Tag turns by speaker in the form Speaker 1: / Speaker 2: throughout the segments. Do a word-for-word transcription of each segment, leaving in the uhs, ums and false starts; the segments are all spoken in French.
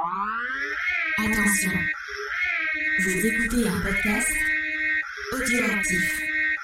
Speaker 1: Attention, vous écoutez un podcast audioactif.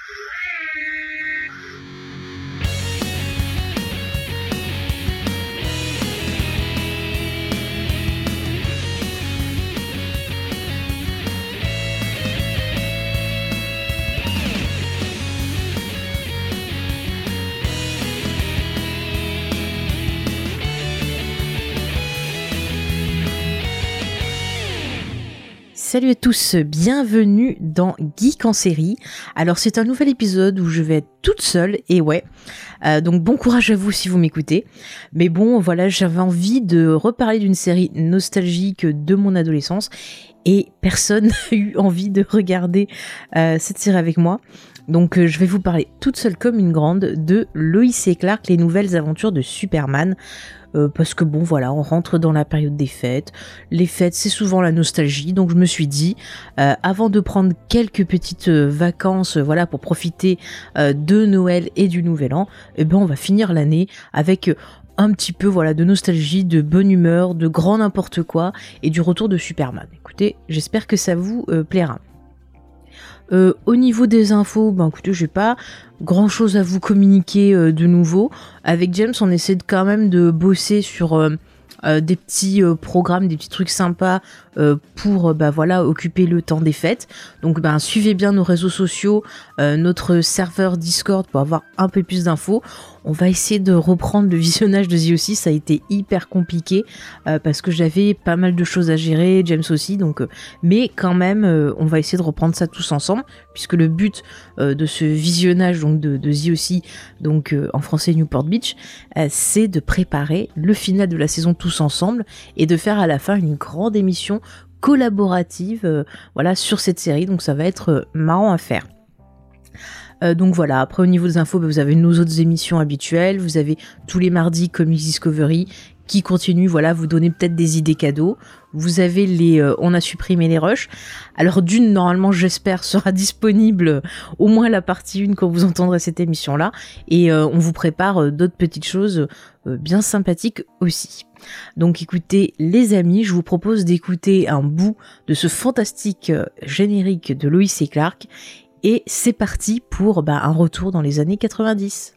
Speaker 2: Salut à tous, bienvenue dans Geek en série. Alors c'est un nouvel épisode où je vais être toute seule, et ouais, euh, donc bon courage à vous si vous m'écoutez. Mais bon, voilà, j'avais envie de reparler d'une série nostalgique de mon adolescence, et personne n'a eu envie de regarder euh, cette série avec moi. Donc euh, je vais vous parler toute seule comme une grande de Lois et Clark, les nouvelles aventures de Superman. Euh, parce que bon voilà, on rentre dans la période des fêtes. Les fêtes, c'est souvent la nostalgie, donc je me suis dit, euh, avant de prendre quelques petites euh, vacances, euh, voilà, pour profiter euh, de Noël et du Nouvel An, eh ben on va finir l'année avec euh, un petit peu voilà de nostalgie, de bonne humeur, de grand n'importe quoi et du retour de Superman. Écoutez, j'espère que ça vous euh, plaira. Euh, au niveau des infos, ben écoutez, j'ai pas grand chose à vous communiquer euh, de nouveau. Avec James, on essaie de, quand même de bosser sur euh, euh, des petits euh, programmes, des petits trucs sympas euh, pour euh, bah, voilà, occuper le temps des fêtes. Donc ben, suivez bien nos réseaux sociaux, euh, notre serveur Discord pour avoir un peu plus d'infos. On va essayer de reprendre le visionnage de The O C, ça a été hyper compliqué euh, parce que j'avais pas mal de choses à gérer, James aussi, donc, euh, mais quand même euh, on va essayer de reprendre ça tous ensemble, puisque le but euh, de ce visionnage donc, de, de The O C, donc euh, en français Newport Beach, euh, c'est de préparer le final de la saison tous ensemble et de faire à la fin une grande émission collaborative euh, voilà, sur cette série, donc ça va être euh, marrant à faire. Euh, donc voilà, après au niveau des infos, bah, vous avez nos autres émissions habituelles, vous avez tous les mardis Comics Discovery qui continue, voilà, vous donner peut-être des idées cadeaux. Vous avez les euh, on a supprimé les rushs. Alors d'une, normalement, j'espère, sera disponible euh, au moins la partie un quand vous entendrez cette émission-là. Et euh, on vous prépare euh, d'autres petites choses euh, bien sympathiques aussi. Donc écoutez, les amis, je vous propose d'écouter un bout de ce fantastique euh, générique de Lois et Clark. Et c'est parti pour bah, un retour dans les années quatre-vingt-dix.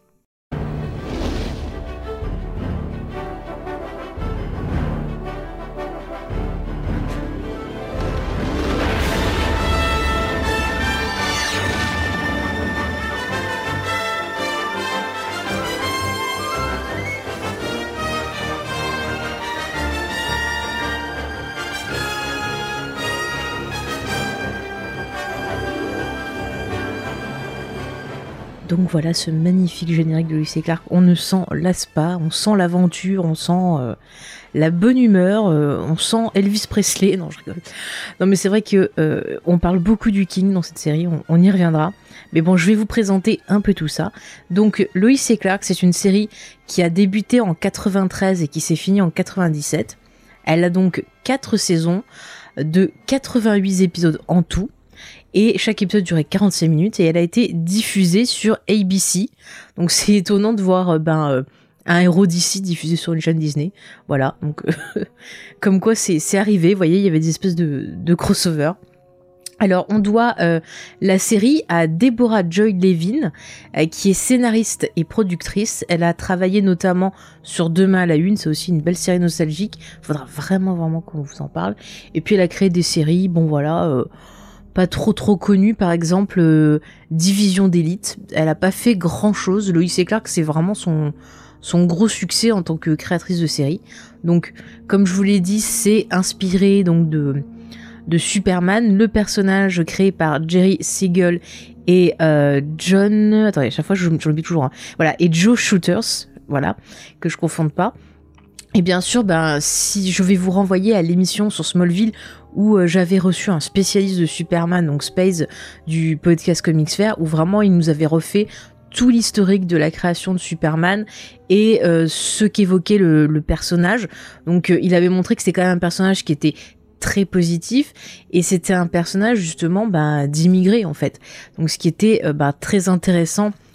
Speaker 2: Donc voilà ce magnifique générique de Lois et Clark, on ne s'en lasse pas, on sent l'aventure, on sent euh, la bonne humeur, euh, on sent Elvis Presley, non je rigole. Non mais c'est vrai que euh, on parle beaucoup du King dans cette série, on, on y reviendra. Mais bon, je vais vous présenter un peu tout ça. Donc Lois et Clark, c'est une série qui a débuté en quatre-vingt-treize et qui s'est finie en quatre-vingt-dix-sept. Elle a donc quatre saisons de quatre-vingt-huit épisodes en tout. Et chaque épisode durait quarante-cinq minutes et elle a été diffusée sur A B C. Donc c'est étonnant de voir ben, euh, un héros d'ici diffusé sur une chaîne Disney. Voilà, donc euh, comme quoi c'est, c'est arrivé, vous voyez, il y avait des espèces de, de crossover. Alors on doit euh, la série à Deborah Joy Levin, euh, qui est scénariste et productrice. Elle a travaillé notamment sur Demain à la Une, c'est aussi une belle série nostalgique. Il faudra vraiment vraiment qu'on vous en parle. Et puis elle a créé des séries, bon voilà... Euh, pas trop trop connue, par exemple euh, Division d'élite. Elle a pas fait grand chose. Lois et Clark, c'est vraiment son son gros succès en tant que créatrice de série. Donc comme je vous l'ai dit, c'est inspiré donc de de Superman, le personnage créé par Jerry Siegel et euh, John attendez, à chaque fois je, je l'oublie toujours hein. Voilà, et Joe Shooters, voilà, que je confonde pas. Et bien sûr, ben, si je vais vous renvoyer à l'émission sur Smallville où euh, j'avais reçu un spécialiste de Superman, donc Space, du podcast Comics Fair, où vraiment il nous avait refait tout l'historique de la création de Superman et euh, ce qu'évoquait le, le personnage. Donc euh, il avait montré que c'était quand même un personnage qui était très positif et c'était un personnage justement bah, d'immigrés en fait. Donc ce qui était euh, bah, très intéressant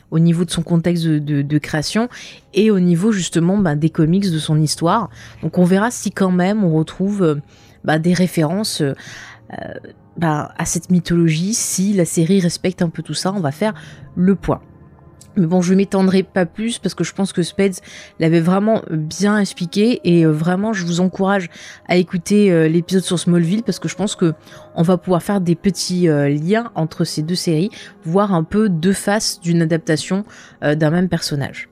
Speaker 2: au niveau de son contexte de, de, de création et au niveau justement bah, des comics, de son histoire. Donc on verra si quand même on retrouve bah, des références euh, bah, à cette mythologie, si la série respecte un peu tout ça, on va faire le point. Mais bon, je ne m'étendrai pas plus parce que je pense que Spades l'avait vraiment bien expliqué et euh, vraiment, je vous encourage à écouter euh, l'épisode sur Smallville parce que je pense que on va pouvoir faire des petits euh, liens entre ces deux séries, voir un peu deux faces d'une adaptation euh, d'un même personnage.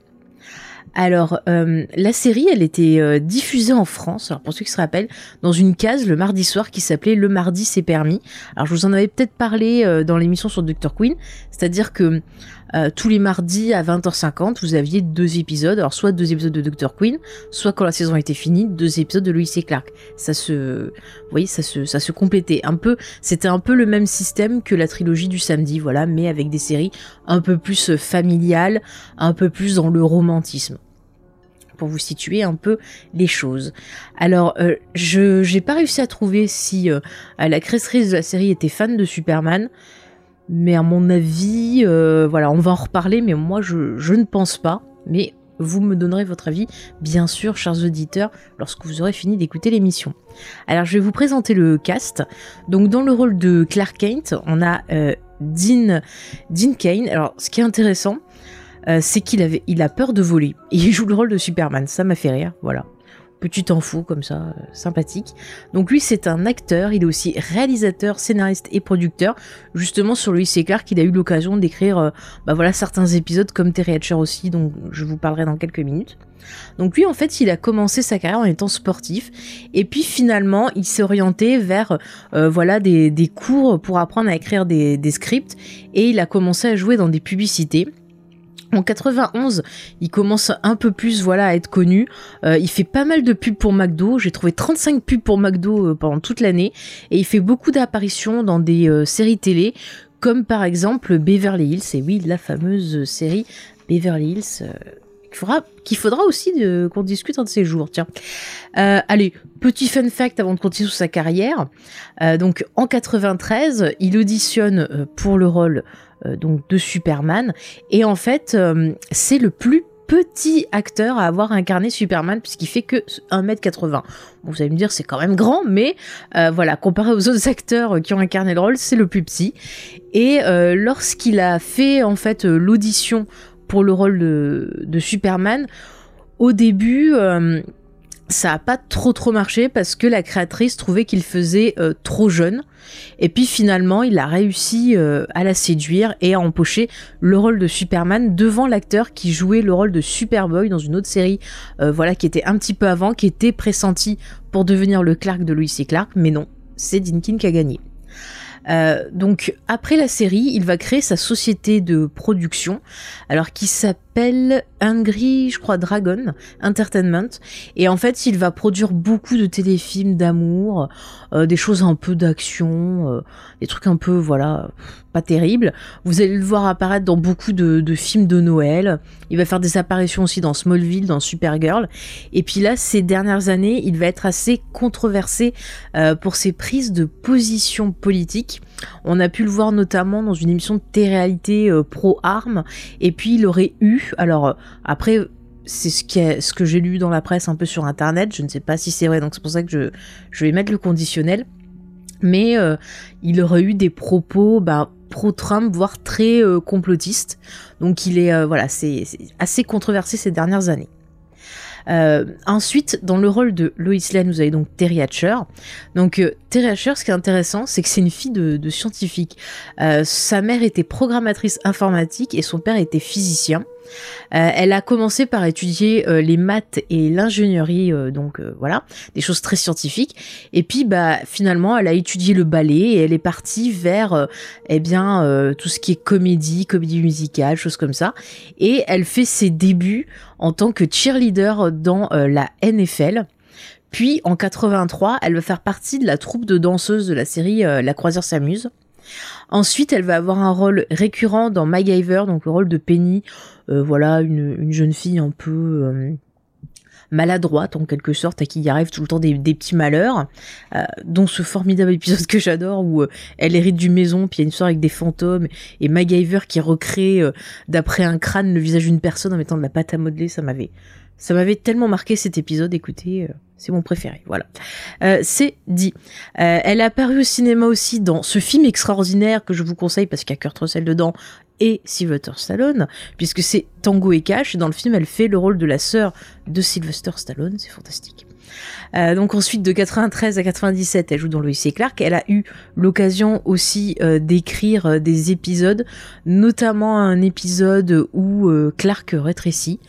Speaker 2: Alors, euh, la série, elle était euh, diffusée en France, alors pour ceux qui se rappellent, dans une case le mardi soir qui s'appelait Le Mardi c'est permis. Alors, je vous en avais peut-être parlé euh, dans l'émission sur docteur Quinn, c'est-à-dire que euh, tous les mardis à vingt heures cinquante, vous aviez deux épisodes, alors soit deux épisodes de docteur Quinn, soit quand la saison était finie, deux épisodes de Lois et Clark. Ça se, vous voyez, ça se, ça se complétait un peu. C'était un peu le même système que la trilogie du samedi, voilà, mais avec des séries un peu plus familiales, un peu plus dans le romantisme, pour vous situer un peu les choses. Alors, euh, je j'ai pas réussi à trouver si euh, la créatrice de la série était fan de Superman, mais à mon avis, euh, voilà, on va en reparler, mais moi, je, je ne pense pas, mais vous me donnerez votre avis, bien sûr, chers auditeurs, lorsque vous aurez fini d'écouter l'émission. Alors, je vais vous présenter le cast. Donc, dans le rôle de Clark Kent, on a euh, Dean, Dean Cain. Alors, ce qui est intéressant, Euh, c'est qu'il avait, il a peur de voler. Et il joue le rôle de Superman, ça m'a fait rire, voilà. Petit info comme ça, euh, sympathique. Donc lui, c'est un acteur, il est aussi réalisateur, scénariste et producteur. Justement, sur Lois et Clark, il a eu l'occasion d'écrire euh, bah voilà, certains épisodes, comme Terry Hatcher aussi, dont je vous parlerai dans quelques minutes. Donc lui, en fait, il a commencé sa carrière en étant sportif, et puis finalement, il s'est orienté vers euh, voilà, des, des cours pour apprendre à écrire des, des scripts, et il a commencé à jouer dans des publicités. En quatre-vingt-onze, il commence un peu plus voilà, à être connu. Euh, il fait pas mal de pubs pour McDo. J'ai trouvé trente-cinq pubs pour McDo euh, pendant toute l'année. Et il fait beaucoup d'apparitions dans des euh, séries télé, comme par exemple Beverly Hills. Et oui, la fameuse série Beverly Hills, euh, qu'il faudra, qu'il faudra aussi de, qu'on discute un de ces jours. Tiens. Euh, allez, petit fun fact avant de continuer sur sa carrière. Euh, donc en quatre-vingt-treize, il auditionne euh, pour le rôle Euh, donc de Superman, et en fait euh, c'est le plus petit acteur à avoir incarné Superman puisqu'il fait que un mètre quatre-vingts. Bon, vous allez me dire c'est quand même grand, mais euh, voilà, comparé aux autres acteurs qui ont incarné le rôle, c'est le plus petit. Et euh, lorsqu'il a fait en fait l'audition pour le rôle de, de Superman, au début euh, ça a pas trop trop marché parce que la créatrice trouvait qu'il faisait euh, trop jeune. Et puis finalement, il a réussi euh, à la séduire et à empocher le rôle de Superman devant l'acteur qui jouait le rôle de Superboy dans une autre série, euh, voilà, qui était un petit peu avant, qui était pressenti pour devenir le Clark de Lois et Clark, mais non, c'est Dean Cain qui a gagné. Euh, donc après la série, il va créer sa société de production, alors qui s'appelle Hungry, je crois, Dragon Entertainment, et en fait il va produire beaucoup de téléfilms d'amour, euh, des choses un peu d'action, euh, des trucs un peu voilà pas terribles. Vous allez le voir apparaître dans beaucoup de, de films de Noël. Il va faire des apparitions aussi dans Smallville, dans Supergirl, et puis là ces dernières années il va être assez controversé euh, pour ses prises de position politique. On a pu le voir notamment dans une émission de télé-réalité euh, pro-armes, et puis il aurait eu, alors euh, après c'est ce, qui est, ce que j'ai lu dans la presse un peu sur internet, je ne sais pas si c'est vrai, donc c'est pour ça que je, je vais mettre le conditionnel, mais euh, il aurait eu des propos bah, pro-Trump, voire très euh, complotistes, donc il est, euh, voilà, c'est, c'est assez controversé ces dernières années. Euh, ensuite, dans le rôle de Lois Lane, vous avez donc Terry Hatcher. Donc euh, Terry Hatcher, ce qui est intéressant, c'est que c'est une fille de, de scientifique. Euh, sa mère était programmatrice informatique et son père était physicien. Euh, elle a commencé par étudier euh, les maths et l'ingénierie, euh, donc euh, voilà, des choses très scientifiques. Et puis bah finalement, elle a étudié le ballet et elle est partie vers euh, eh bien euh, tout ce qui est comédie, comédie musicale, choses comme ça. Et elle fait ses débuts en tant que cheerleader dans euh, la N F L. Puis en quatre-vingt-trois, elle va faire partie de la troupe de danseuses de la série euh, La Croisière s'amuse. Ensuite, elle va avoir un rôle récurrent dans MacGyver, donc le rôle de Penny, euh, voilà, une, une jeune fille un peu, euh, maladroite en quelque sorte, à qui il arrive tout le temps des, des petits malheurs, euh, dont ce formidable épisode que j'adore où euh, elle hérite d'une maison, puis il y a une histoire avec des fantômes, et MacGyver qui recrée euh, d'après un crâne le visage d'une personne en mettant de la pâte à modeler. Ça m'avait, ça m'avait tellement marqué cet épisode, écoutez, euh, c'est mon préféré, voilà. Euh, c'est dit. Euh, elle est apparue au cinéma aussi dans ce film extraordinaire que je vous conseille parce qu'il y a Kurt Russell dedans, et Sylvester Stallone, puisque c'est Tango et Cash, et dans le film elle fait le rôle de la sœur de Sylvester Stallone, c'est fantastique. Euh, donc ensuite de quatre-vingt-treize à quatre-vingt-dix-sept elle joue dans Lois et Clark, elle a eu l'occasion aussi euh, d'écrire euh, des épisodes, notamment un épisode où euh, Clark rétrécit.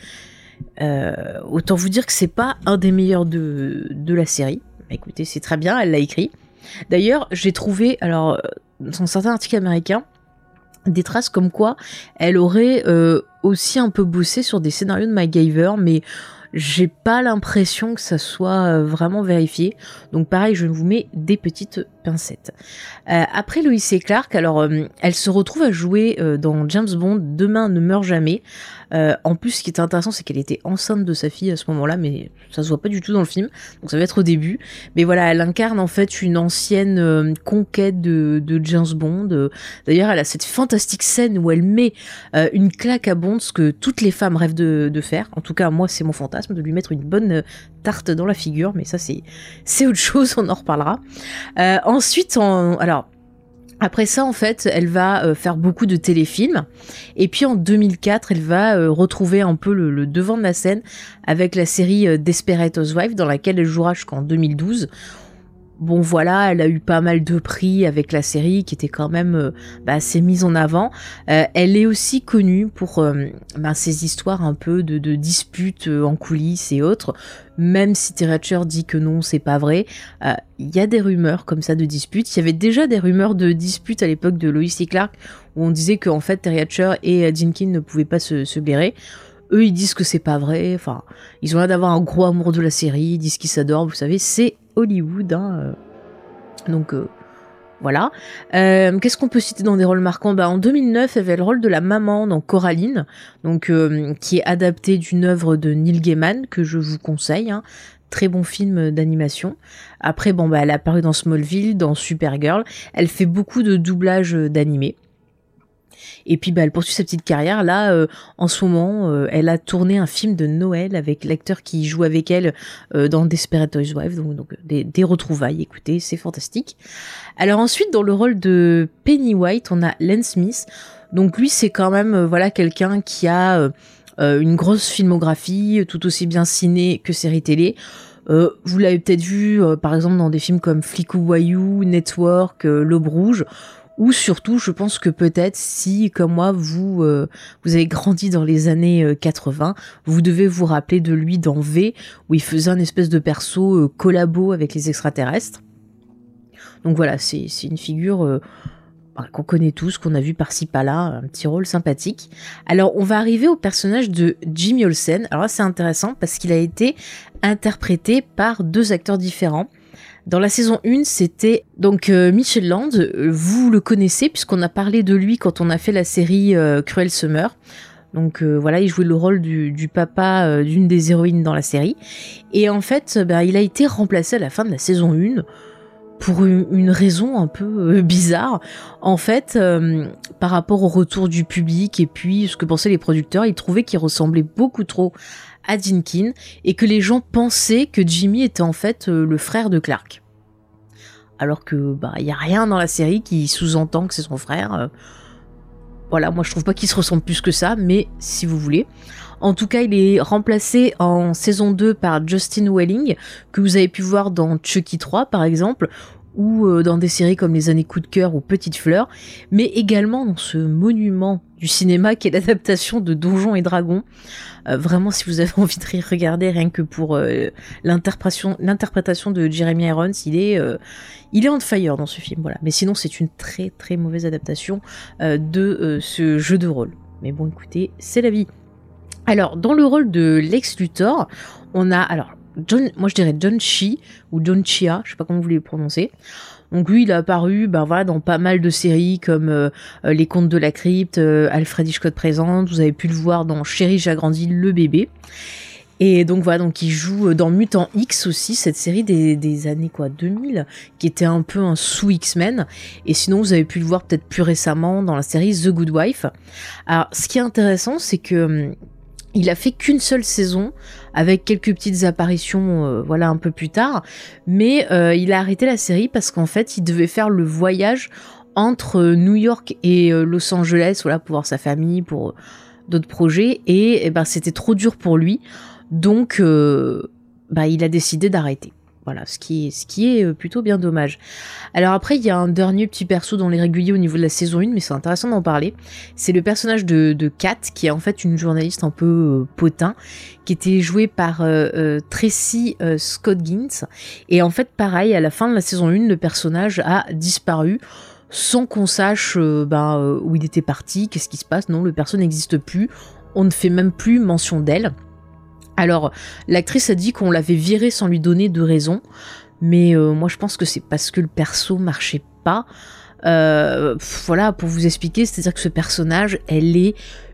Speaker 2: Euh, autant vous dire que c'est pas un des meilleurs de, de la série. Bah, écoutez, c'est très bien, elle l'a écrit. D'ailleurs, j'ai trouvé, alors, dans certains articles américains, des traces comme quoi elle aurait euh, aussi un peu bossé sur des scénarios de MacGyver, mais j'ai pas l'impression que ça soit euh, vraiment vérifié. Donc pareil, je vous mets des petites pincettes. Euh, après Lois et Clark, alors euh, elle se retrouve à jouer euh, dans James Bond, Demain ne meurt jamais. Euh, en plus, ce qui est intéressant, c'est qu'elle était enceinte de sa fille à ce moment-là, mais ça se voit pas du tout dans le film, donc ça va être au début. Mais voilà, elle incarne en fait une ancienne euh, conquête de, de James Bond. Euh, d'ailleurs, elle a cette fantastique scène où elle met euh, une claque à Bond, ce que toutes les femmes rêvent de, de faire. En tout cas, moi, c'est mon fantasme, de lui mettre une bonne euh, tarte dans la figure, mais ça, c'est, c'est autre chose, on en reparlera. Euh, ensuite, en, alors... Après ça, en fait, elle va euh, faire beaucoup de téléfilms. Et puis en deux mille quatre, elle va euh, retrouver un peu le, le devant de la scène avec la série euh, Desperate Housewives, dans laquelle elle jouera jusqu'en deux mille douze. Bon voilà, elle a eu pas mal de prix avec la série qui était quand même euh, bah, assez mise en avant. Euh, elle est aussi connue pour euh, bah, ses histoires un peu de, de disputes euh, en coulisses et autres. Même si Terry Hatcher dit que non, c'est pas vrai, il euh, y a des rumeurs comme ça de disputes. Il y avait déjà des rumeurs de disputes à l'époque de Lois et Clark où on disait qu'en fait Terry Hatcher et Jenkins ne pouvaient pas se, se blairer. Eux, ils disent que c'est pas vrai. Enfin, ils ont l'air d'avoir un gros amour de la série, ils disent qu'ils s'adorent. Vous savez, c'est Hollywood, hein. Donc euh, voilà. Euh, qu'est-ce qu'on peut citer dans des rôles marquants ? Bah, en deux mille neuf, elle avait le rôle de la maman dans Coraline, donc euh, qui est adapté d'une œuvre de Neil Gaiman que je vous conseille. Hein. Très bon film d'animation. Après, bon bah, elle a apparu dans Smallville, dans Supergirl. Elle fait beaucoup de doublage d'animé. Et puis bah, elle poursuit sa petite carrière. Là, euh, en ce moment, euh, elle a tourné un film de Noël avec l'acteur qui joue avec elle euh, dans Desperate Housewives, donc, donc des, des retrouvailles. Écoutez, c'est fantastique. Alors ensuite, dans le rôle de Penny White, on a Len Smith. Donc lui, c'est quand même euh, voilà quelqu'un qui a euh, euh, une grosse filmographie, tout aussi bien ciné que série télé. Euh, vous l'avez peut-être vu, euh, par exemple, dans des films comme Flic ou Voyou, Network, euh, L'Aube Rouge. Ou surtout, je pense que peut-être si, comme moi, vous euh, vous avez grandi dans les années euh, quatre-vingts, vous devez vous rappeler de lui dans V, où il faisait un espèce de perso euh, collabo avec les extraterrestres. Donc voilà, c'est, c'est une figure euh, qu'on connaît tous, qu'on a vu par-ci par-là, un petit rôle sympathique. Alors, on va arriver au personnage de Jimmy Olsen. Alors là, c'est intéressant parce qu'il a été interprété par deux acteurs différents. Dans la saison un, c'était donc euh, Mitchell Land, vous le connaissez puisqu'on a parlé de lui quand on a fait la série euh, Cruel Summer. Donc euh, voilà, il jouait le rôle du, du papa euh, d'une des héroïnes dans la série. Et en fait, bah, il a été remplacé à la fin de la saison un pour une, une raison un peu euh, bizarre. En fait, euh, par rapport au retour du public et puis ce que pensaient les producteurs, ils trouvaient qu'il ressemblait beaucoup trop à Jenkins et que les gens pensaient que Jimmy était en fait euh, le frère de Clark. Alors que bah il y a rien dans la série qui sous-entend que c'est son frère. Euh, voilà, moi je trouve pas qu'il se ressemble plus que ça, mais si vous voulez. En tout cas, il est remplacé en saison deux par Justin Welling, que vous avez pu voir dans Chucky trois par exemple, ou euh, dans des séries comme Les Années Coup de Cœur ou Petite Fleur, mais également dans ce monument du cinéma qui est l'adaptation de Donjons et Dragons. Euh, vraiment, si vous avez envie de regarder rien que pour euh, l'interprétation, l'interprétation de Jeremy Irons, il est, euh, il est on fire dans ce film, voilà. Mais sinon, c'est une très très mauvaise adaptation euh, de euh, ce jeu de rôle. Mais bon, écoutez, c'est la vie. Alors, dans le rôle de Lex Luthor, on a, alors, John, moi je dirais John Chi, ou John Chia, je sais pas comment vous voulez le prononcer. Donc lui, il a apparu ben voilà, dans pas mal de séries comme euh, Les Contes de la Crypte, euh, Alfred Hitchcock présente, vous avez pu le voir dans Chérie, j'agrandis le bébé. Et donc voilà, donc il joue dans Mutant X aussi, cette série des, des années quoi deux mille, qui était un peu un sous X-Men. Et sinon, vous avez pu le voir peut-être plus récemment dans la série The Good Wife. Alors, ce qui est intéressant, c'est que il a fait qu'une seule saison, avec quelques petites apparitions, euh, voilà, un peu plus tard. Mais euh, il a arrêté la série parce qu'en fait, il devait faire le voyage entre New York et euh, Los Angeles, voilà, pour voir sa famille, pour euh, d'autres projets. Et, et ben, c'était trop dur pour lui. Donc, euh, bah, il a décidé d'arrêter. Voilà, ce qui est, ce qui est plutôt bien dommage. Alors après, il y a un dernier petit perso dans les réguliers au niveau de la saison un, mais c'est intéressant d'en parler. C'est le personnage de, de Kat, qui est en fait une journaliste un peu euh, potin, qui était jouée par euh, euh, Tracy euh, Scoggins. Et en fait, pareil, à la fin de la saison un, le personnage a disparu, sans qu'on sache euh, ben, euh, où il était parti, qu'est-ce qui se passe. Non, le perso n'existe plus. On ne fait même plus mention d'elle. Alors, l'actrice a dit qu'on l'avait virée sans lui donner de raison, mais euh, moi je pense que c'est parce que le perso marchait pas. Euh, voilà, pour vous expliquer, c'est-à-dire que ce personnage, elle est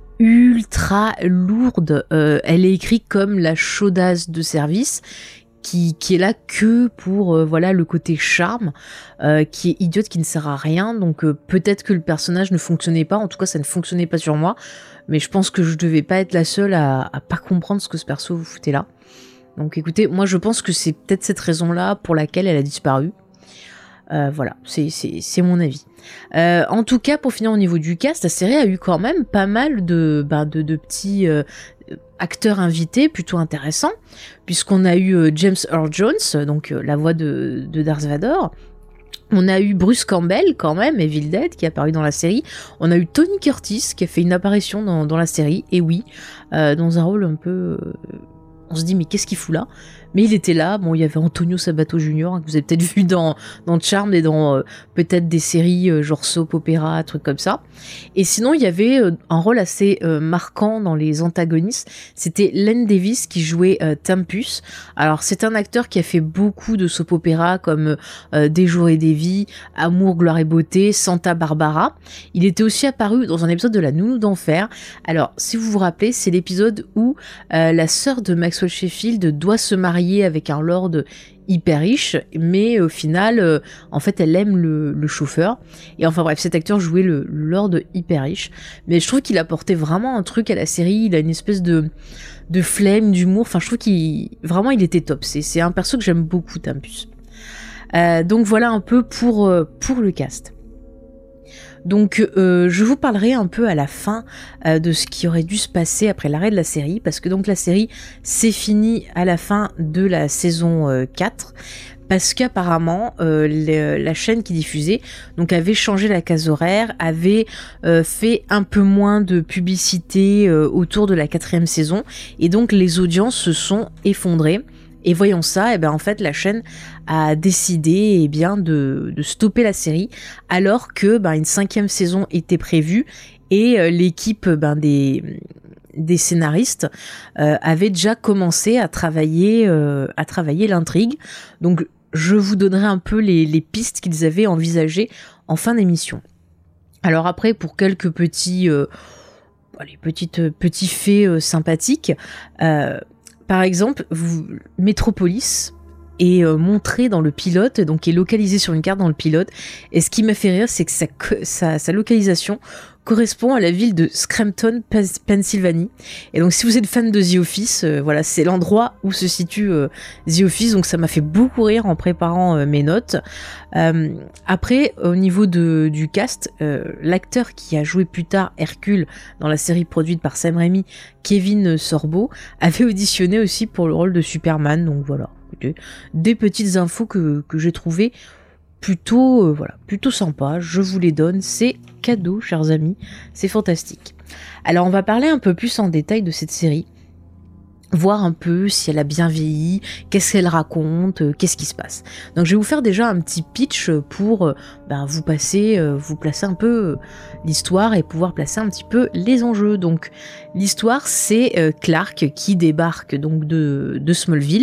Speaker 2: ultra lourde. Euh, elle est écrite comme la chaudasse de service, qui, qui est là que pour euh, voilà le côté charme, euh, qui est idiote, qui ne sert à rien. Donc euh, peut-être que le personnage ne fonctionnait pas, en tout cas ça ne fonctionnait pas sur moi. Mais je pense que je devais pas être la seule à, à pas comprendre ce que ce perso vous foutait là. Donc écoutez, moi je pense que c'est peut-être cette raison-là pour laquelle elle a disparu. Euh, voilà, c'est, c'est, c'est mon avis. Euh, en tout cas, pour finir au niveau du cast, la série a eu quand même pas mal de, bah, de, de petits euh, acteurs invités plutôt intéressants, puisqu'on a eu euh, James Earl Jones, donc euh, la voix de, de Darth Vader. On a eu Bruce Campbell quand même, Evil Dead, qui est apparu dans la série. On a eu Tony Curtis, qui a fait une apparition dans, dans la série, et oui, euh, dans un rôle un peu... Euh, on se dit, mais qu'est-ce qu'il fout là ? Mais il était là. Bon, il y avait Antonio Sabato junior, hein, que vous avez peut-être vu dans, dans Charmed et dans euh, peut-être des séries euh, genre soap opéra, trucs comme ça. Et sinon, il y avait euh, un rôle assez euh, marquant dans les antagonistes. C'était Len Davis qui jouait euh, Tempus. Alors, c'est un acteur qui a fait beaucoup de soap opéra comme euh, Des jours et des vies, Amour, gloire et beauté, Santa Barbara. Il était aussi apparu dans un épisode de La Nounou d'enfer. Alors, si vous vous rappelez, c'est l'épisode où euh, la sœur de Maxwell Sheffield doit se marier avec un lord hyper riche, mais au final, euh, en fait, elle aime le, le chauffeur. Et enfin bref, cet acteur jouait le, le lord hyper riche. Mais je trouve qu'il apportait vraiment un truc à la série. Il a une espèce de, de flemme, d'humour. Enfin, je trouve qu'il vraiment, il était top. C'est, c'est un perso que j'aime beaucoup, Tempus. Euh, donc voilà un peu pour, euh, pour le cast. Donc euh, je vous parlerai un peu à la fin euh, de ce qui aurait dû se passer après l'arrêt de la série, parce que donc la série s'est finie à la fin de la saison euh, quatre, parce qu'apparemment euh, le, la chaîne qui diffusait donc avait changé la case horaire, avait euh, fait un peu moins de publicité euh, autour de la quatrième saison, et donc les audiences se sont effondrées. Et voyant ça, et ben en fait la chaîne a décidé eh bien de, de stopper la série, alors que ben une cinquième saison était prévue, et euh, l'équipe ben des des scénaristes euh, avait déjà commencé à travailler euh, à travailler l'intrigue. Donc je vous donnerai un peu les, les pistes qu'ils avaient envisagées en fin d'émission. Alors après, pour quelques petits euh, les petites petits faits euh, sympathiques. Euh, Par exemple, vous, Metropolis est euh, montré dans le pilote, donc est localisé sur une carte dans le pilote. Et ce qui m'a fait rire, c'est que sa, sa, sa localisation correspond à la ville de Scranton, Pennsylvanie. Et donc, si vous êtes fan de The Office, euh, voilà, c'est l'endroit où se situe euh, The Office. Donc, ça m'a fait beaucoup rire en préparant euh, mes notes. Euh, après, au niveau de, du cast, euh, l'acteur qui a joué plus tard Hercule dans la série produite par Sam Raimi, Kevin Sorbo, avait auditionné aussi pour le rôle de Superman. Donc voilà, des petites infos que, que j'ai trouvées plutôt, euh, voilà, plutôt sympa. Je vous les donne, c'est cadeau, chers amis, c'est fantastique. Alors on va parler un peu plus en détail de cette série, voir un peu si elle a bien vieilli, qu'est-ce qu'elle raconte, euh, qu'est-ce qui se passe. Donc je vais vous faire déjà un petit pitch pour euh, ben, vous passer, euh, vous placer un peu euh, l'histoire et pouvoir placer un petit peu les enjeux. Donc l'histoire, c'est euh, Clark qui débarque donc de, de Smallville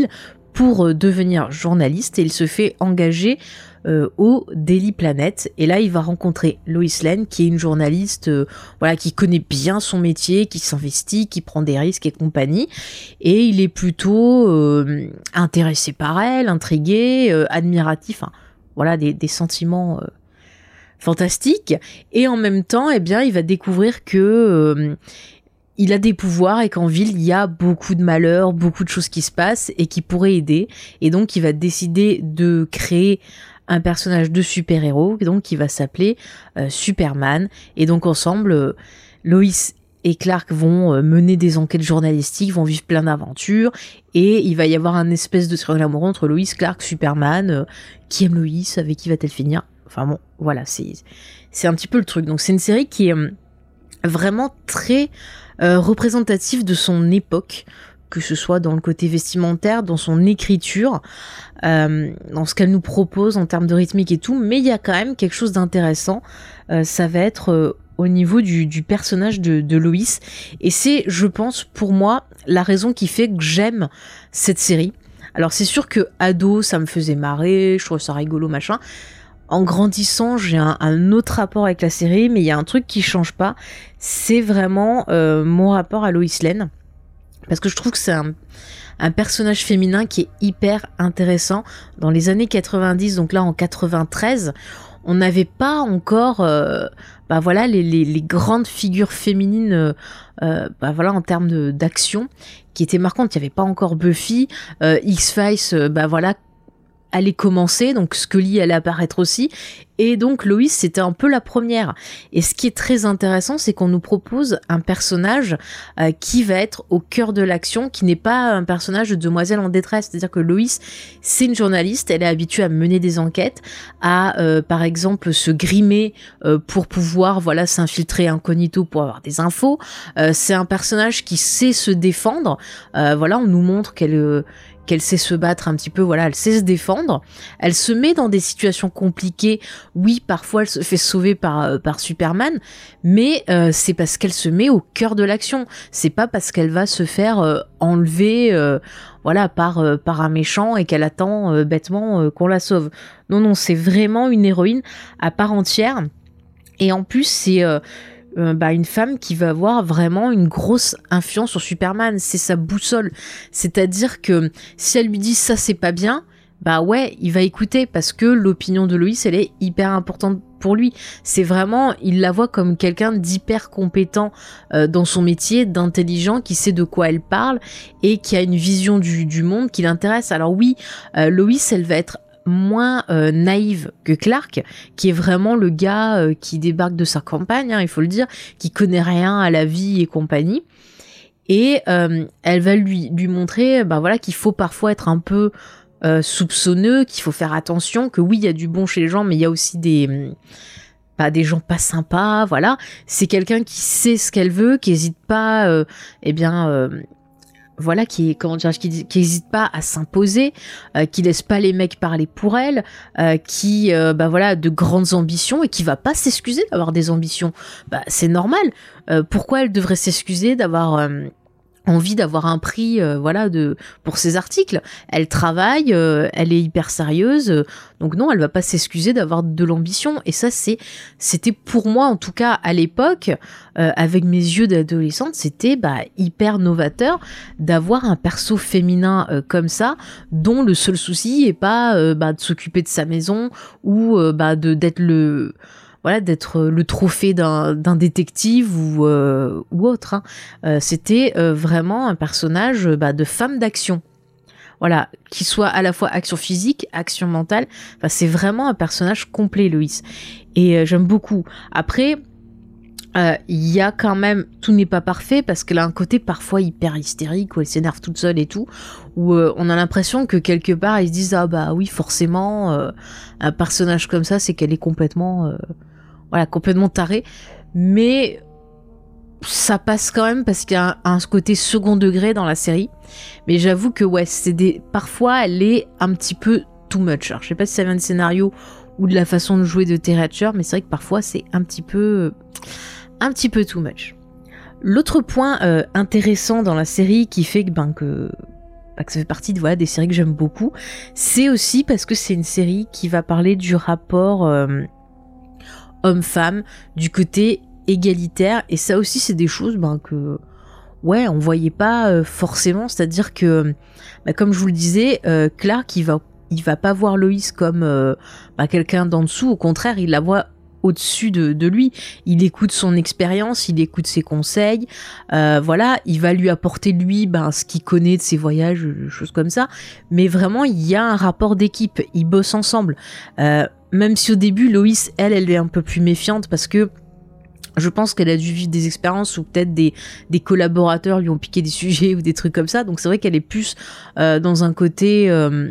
Speaker 2: pour euh, devenir journaliste et il se fait engager euh, au Daily Planet. Et là, il va rencontrer Lois Lane, qui est une journaliste euh, voilà, qui connaît bien son métier, qui s'investit, qui prend des risques et compagnie. Et il est plutôt euh, intéressé par elle, intrigué, euh, admiratif, hein, voilà, des, des sentiments... Euh, fantastique, et en même temps, eh bien, il va découvrir que euh, il a des pouvoirs et qu'en ville, il y a beaucoup de malheurs, beaucoup de choses qui se passent et qui pourraient aider. Et donc, il va décider de créer un personnage de super-héros, donc qui va s'appeler euh, Superman. Et donc, ensemble, euh, Lois et Clark vont euh, mener des enquêtes journalistiques, vont vivre plein d'aventures, et il va y avoir un espèce de triangle amoureux entre Lois, Clark, Superman, euh, qui aime Lois, avec qui va-t-elle finir ? Enfin bon, voilà, c'est, c'est un petit peu le truc. Donc c'est une série qui est euh, vraiment très euh, représentative de son époque, que ce soit dans le côté vestimentaire, dans son écriture, euh, dans ce qu'elle nous propose en termes de rythmique et tout, mais il y a quand même quelque chose d'intéressant, euh, ça va être euh, au niveau du, du personnage de, de Lois, et c'est, je pense, pour moi, la raison qui fait que j'aime cette série. Alors c'est sûr que ado, ça me faisait marrer, je trouve ça rigolo, machin. En grandissant, j'ai un, un autre rapport avec la série, mais il y a un truc qui change pas, c'est vraiment euh, mon rapport à Lois Lane, parce que je trouve que c'est un, un personnage féminin qui est hyper intéressant. Dans les années quatre-vingt-dix, donc là en quatre-vingt-treize, on n'avait pas encore, euh, bah voilà, les, les, les grandes figures féminines, euh, euh, bah voilà, en termes de, d'action, qui étaient marquantes. Il n'y avait pas encore Buffy, euh, X-Files, euh, bah voilà, allait commencer, donc Scully allait apparaître aussi, et donc Lois c'était un peu la première. Et ce qui est très intéressant, c'est qu'on nous propose un personnage euh, qui va être au cœur de l'action, qui n'est pas un personnage de demoiselle en détresse, c'est-à-dire que Lois c'est une journaliste, elle est habituée à mener des enquêtes, à euh, par exemple se grimer euh, pour pouvoir voilà s'infiltrer incognito pour avoir des infos. Euh, c'est un personnage qui sait se défendre, euh, voilà, on nous montre qu'elle euh, qu'elle sait se battre un petit peu, voilà, elle sait se défendre, elle se met dans des situations compliquées, oui, parfois elle se fait sauver par, euh, par Superman, mais euh, c'est parce qu'elle se met au cœur de l'action, c'est pas parce qu'elle va se faire euh, enlever, euh, voilà, par, euh, par un méchant et qu'elle attend euh, bêtement euh, qu'on la sauve. Non, non, c'est vraiment une héroïne à part entière, et en plus c'est... Euh, Euh, bah, une femme qui va avoir vraiment une grosse influence sur Superman, c'est sa boussole, c'est-à-dire que si elle lui dit ça c'est pas bien, bah ouais, il va écouter parce que l'opinion de Lois elle est hyper importante pour lui, c'est vraiment, il la voit comme quelqu'un d'hyper compétent euh, dans son métier, d'intelligent, qui sait de quoi elle parle et qui a une vision du, du monde qui l'intéresse. Alors oui, euh, Lois elle va être moins euh, naïve que Clark, qui est vraiment le gars euh, qui débarque de sa campagne, hein, il faut le dire, qui connaît rien à la vie et compagnie. Et euh, elle va lui, lui montrer bah, voilà, qu'il faut parfois être un peu euh, soupçonneux, qu'il faut faire attention, que oui, il y a du bon chez les gens, mais il y a aussi des... Bah, des gens pas sympas, voilà. C'est quelqu'un qui sait ce qu'elle veut, qui hésite pas, euh, eh bien... Euh, voilà, qui comment dire, qui qui hésite pas à s'imposer, euh, qui laisse pas les mecs parler pour elle, euh, qui euh, bah voilà, a de grandes ambitions et qui va pas s'excuser d'avoir des ambitions. Bah c'est normal. Euh, pourquoi elle devrait s'excuser d'avoir euh, envie d'avoir un prix euh, voilà de pour ses articles? Elle travaille, euh, elle est hyper sérieuse, euh, donc non, elle va pas s'excuser d'avoir de l'ambition. Et ça c'est c'était pour moi en tout cas à l'époque, euh, avec mes yeux d'adolescente, c'était bah hyper novateur d'avoir un perso féminin euh, comme ça, dont le seul souci est pas euh, bah, de s'occuper de sa maison ou euh, bah de d'être le voilà, d'être le trophée d'un, d'un détective ou, euh, ou autre. Hein. Euh, c'était euh, vraiment un personnage bah, de femme d'action. Voilà, qui soit à la fois action physique, action mentale. Enfin, c'est vraiment un personnage complet, Lois. Et euh, j'aime beaucoup. Après, il euh, y a quand même... Tout n'est pas parfait parce qu'elle a un côté parfois hyper hystérique où elle s'énerve toute seule et tout. Où euh, on a l'impression que quelque part, ils se disent « Ah bah oui, forcément, euh, un personnage comme ça, c'est qu'elle est complètement... Euh, voilà, complètement tarée. » Mais ça passe quand même parce qu'il y a un, un côté second degré dans la série. Mais j'avoue que ouais, c'est des... parfois, elle est un petit peu too much. Alors, je sais pas si ça vient du scénario ou de la façon de jouer de Terry Hatcher, mais c'est vrai que parfois, c'est un petit peu... un petit peu too much. L'autre point euh, intéressant dans la série qui fait que, ben, que bah, que ça fait partie de, voilà, des séries que j'aime beaucoup. C'est aussi parce que c'est une série qui va parler du rapport euh, homme-femme, du côté égalitaire, et ça aussi c'est des choses ben, que ouais on voyait pas euh, forcément, c'est-à-dire que bah, comme je vous le disais, euh, Clark il va il va pas voir Loïs comme euh, bah, quelqu'un d'en dessous, au contraire il la voit au-dessus de, de lui, il écoute son expérience, il écoute ses conseils, euh, voilà, il va lui apporter lui ben, ce qu'il connaît de ses voyages, choses comme ça, mais vraiment il y a un rapport d'équipe, ils bossent ensemble, euh, même si au début Loïs elle elle est un peu plus méfiante parce que je pense qu'elle a dû vivre des expériences où peut-être des, des collaborateurs lui ont piqué des sujets ou des trucs comme ça, donc c'est vrai qu'elle est plus euh, dans un côté euh,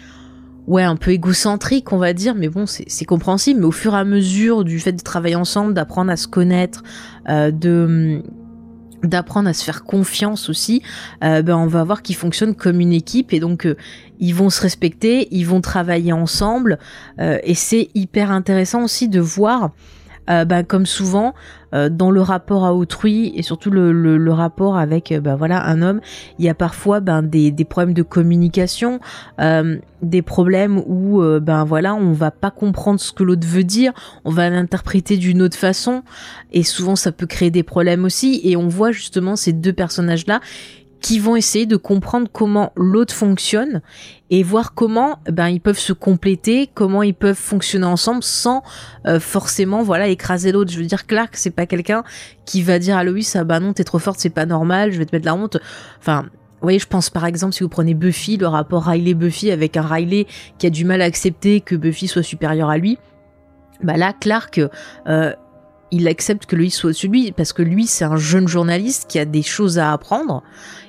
Speaker 2: ouais, un peu égocentrique, on va dire, mais bon, c'est, c'est compréhensible. Mais au fur et à mesure du fait de travailler ensemble, d'apprendre à se connaître, euh, de d'apprendre à se faire confiance aussi, euh, ben on va voir qu'ils fonctionnent comme une équipe et donc euh, ils vont se respecter, ils vont travailler ensemble euh, et c'est hyper intéressant aussi de voir. Euh, bah, comme souvent euh, dans le rapport à autrui et surtout le, le, le rapport avec euh, bah, voilà, un homme, il y a parfois ben, des, des problèmes de communication, euh, des problèmes où euh, ben, voilà, on va pas comprendre ce que l'autre veut dire, on va l'interpréter d'une autre façon et souvent ça peut créer des problèmes aussi, et on voit justement ces deux personnages là qui vont essayer de comprendre comment l'autre fonctionne et voir comment ben ils peuvent se compléter, comment ils peuvent fonctionner ensemble sans euh, forcément voilà écraser l'autre. Je veux dire, Clark c'est pas quelqu'un qui va dire à Loïs ah bah non t'es trop forte, c'est pas normal, je vais te mettre la honte. Enfin, vous voyez, je pense par exemple si vous prenez Buffy, le rapport Riley-Buffy avec un Riley qui a du mal à accepter que Buffy soit supérieure à lui, bah là Clark euh, il accepte que Loïs soit au-dessus de lui parce que lui c'est un jeune journaliste qui a des choses à apprendre.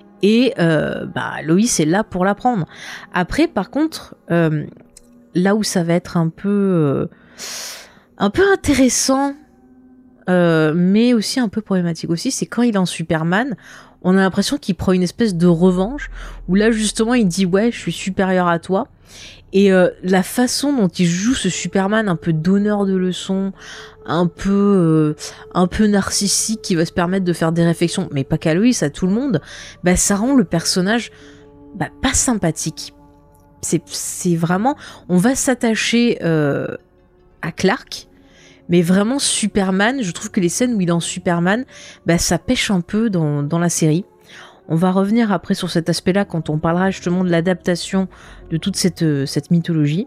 Speaker 2: Et euh, bah, Loïs est là pour l'apprendre. Après, par contre, euh, là où ça va être un peu, euh, un peu intéressant, euh, mais aussi un peu problématique aussi, c'est quand il est en Superman, on a l'impression qu'il prend une espèce de revanche, où là justement il dit ouais, je suis supérieur à toi. Et euh, la façon dont il joue ce Superman un peu donneur de leçons, un peu euh, un peu narcissique, qui va se permettre de faire des réflexions, mais pas qu'à Loïs, à tout le monde, bah ça rend le personnage bah, pas sympathique. C'est, c'est vraiment, on va s'attacher euh, à Clark, mais vraiment Superman, je trouve que les scènes où il est en Superman, bah ça pêche un peu dans, dans la série. On va revenir après sur cet aspect-là quand on parlera justement de l'adaptation de toute cette, euh, cette mythologie.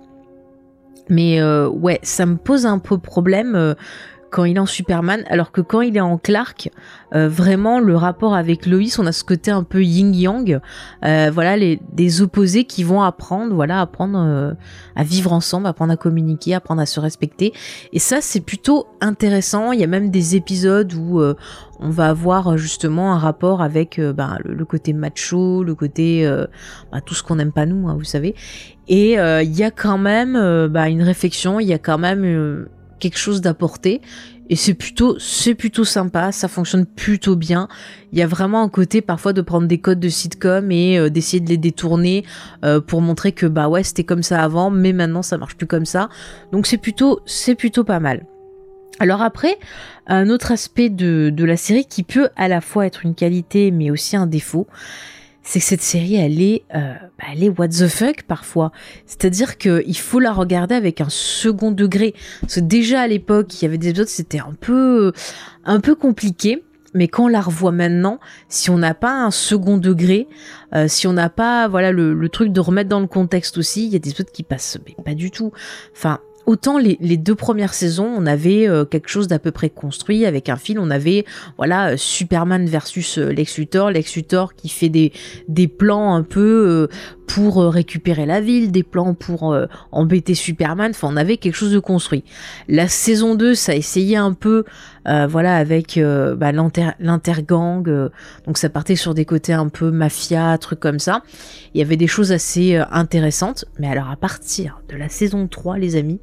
Speaker 2: Mais euh, ouais, ça me pose un peu problème euh, quand il est en Superman, alors que quand il est en Clark, euh, vraiment le rapport avec Loïs, on a ce côté un peu yin-yang, euh, voilà, les, des opposés qui vont apprendre, voilà, apprendre euh, à vivre ensemble, apprendre à communiquer, apprendre à se respecter. Et ça, c'est plutôt intéressant. Il y a même des épisodes où euh, on va avoir justement un rapport avec euh, bah, le, le côté macho, le côté euh, bah, tout ce qu'on n'aime pas nous, hein, vous savez. Et il euh, y a quand même euh, bah, une réflexion, il y a quand même euh, quelque chose d'apporté. Et c'est plutôt, c'est plutôt sympa, ça fonctionne plutôt bien. Il y a vraiment un côté parfois de prendre des codes de sitcom et euh, d'essayer de les détourner euh, pour montrer que bah ouais c'était comme ça avant, mais maintenant ça marche plus comme ça. Donc c'est plutôt, c'est plutôt pas mal. Alors après, un autre aspect de, de la série qui peut à la fois être une qualité mais aussi un défaut, c'est que cette série, elle est, euh, bah, elle est what the fuck parfois. C'est-à-dire qu'il faut la regarder avec un second degré. Parce que déjà à l'époque, il y avait des épisodes, c'était un peu, un peu compliqué. Mais quand on la revoit maintenant, si on n'a pas un second degré, euh, si on n'a pas, voilà, le, le truc de remettre dans le contexte aussi, il y a des épisodes qui passent, mais pas du tout. Enfin, autant les, les deux premières saisons, on avait euh, quelque chose d'à peu près construit avec un fil. On avait voilà euh, Superman versus euh, Lex Luthor, Lex Luthor qui fait des des plans un peu euh, pour euh, récupérer la ville, des plans pour euh, embêter Superman. Enfin, on avait quelque chose de construit. La saison deux, ça a essayé un peu euh, voilà avec euh, bah, l'inter l'intergang. Euh, donc ça partait sur des côtés un peu mafia, trucs comme ça. Il y avait des choses assez euh, intéressantes. Mais alors à partir de la saison trois, les amis,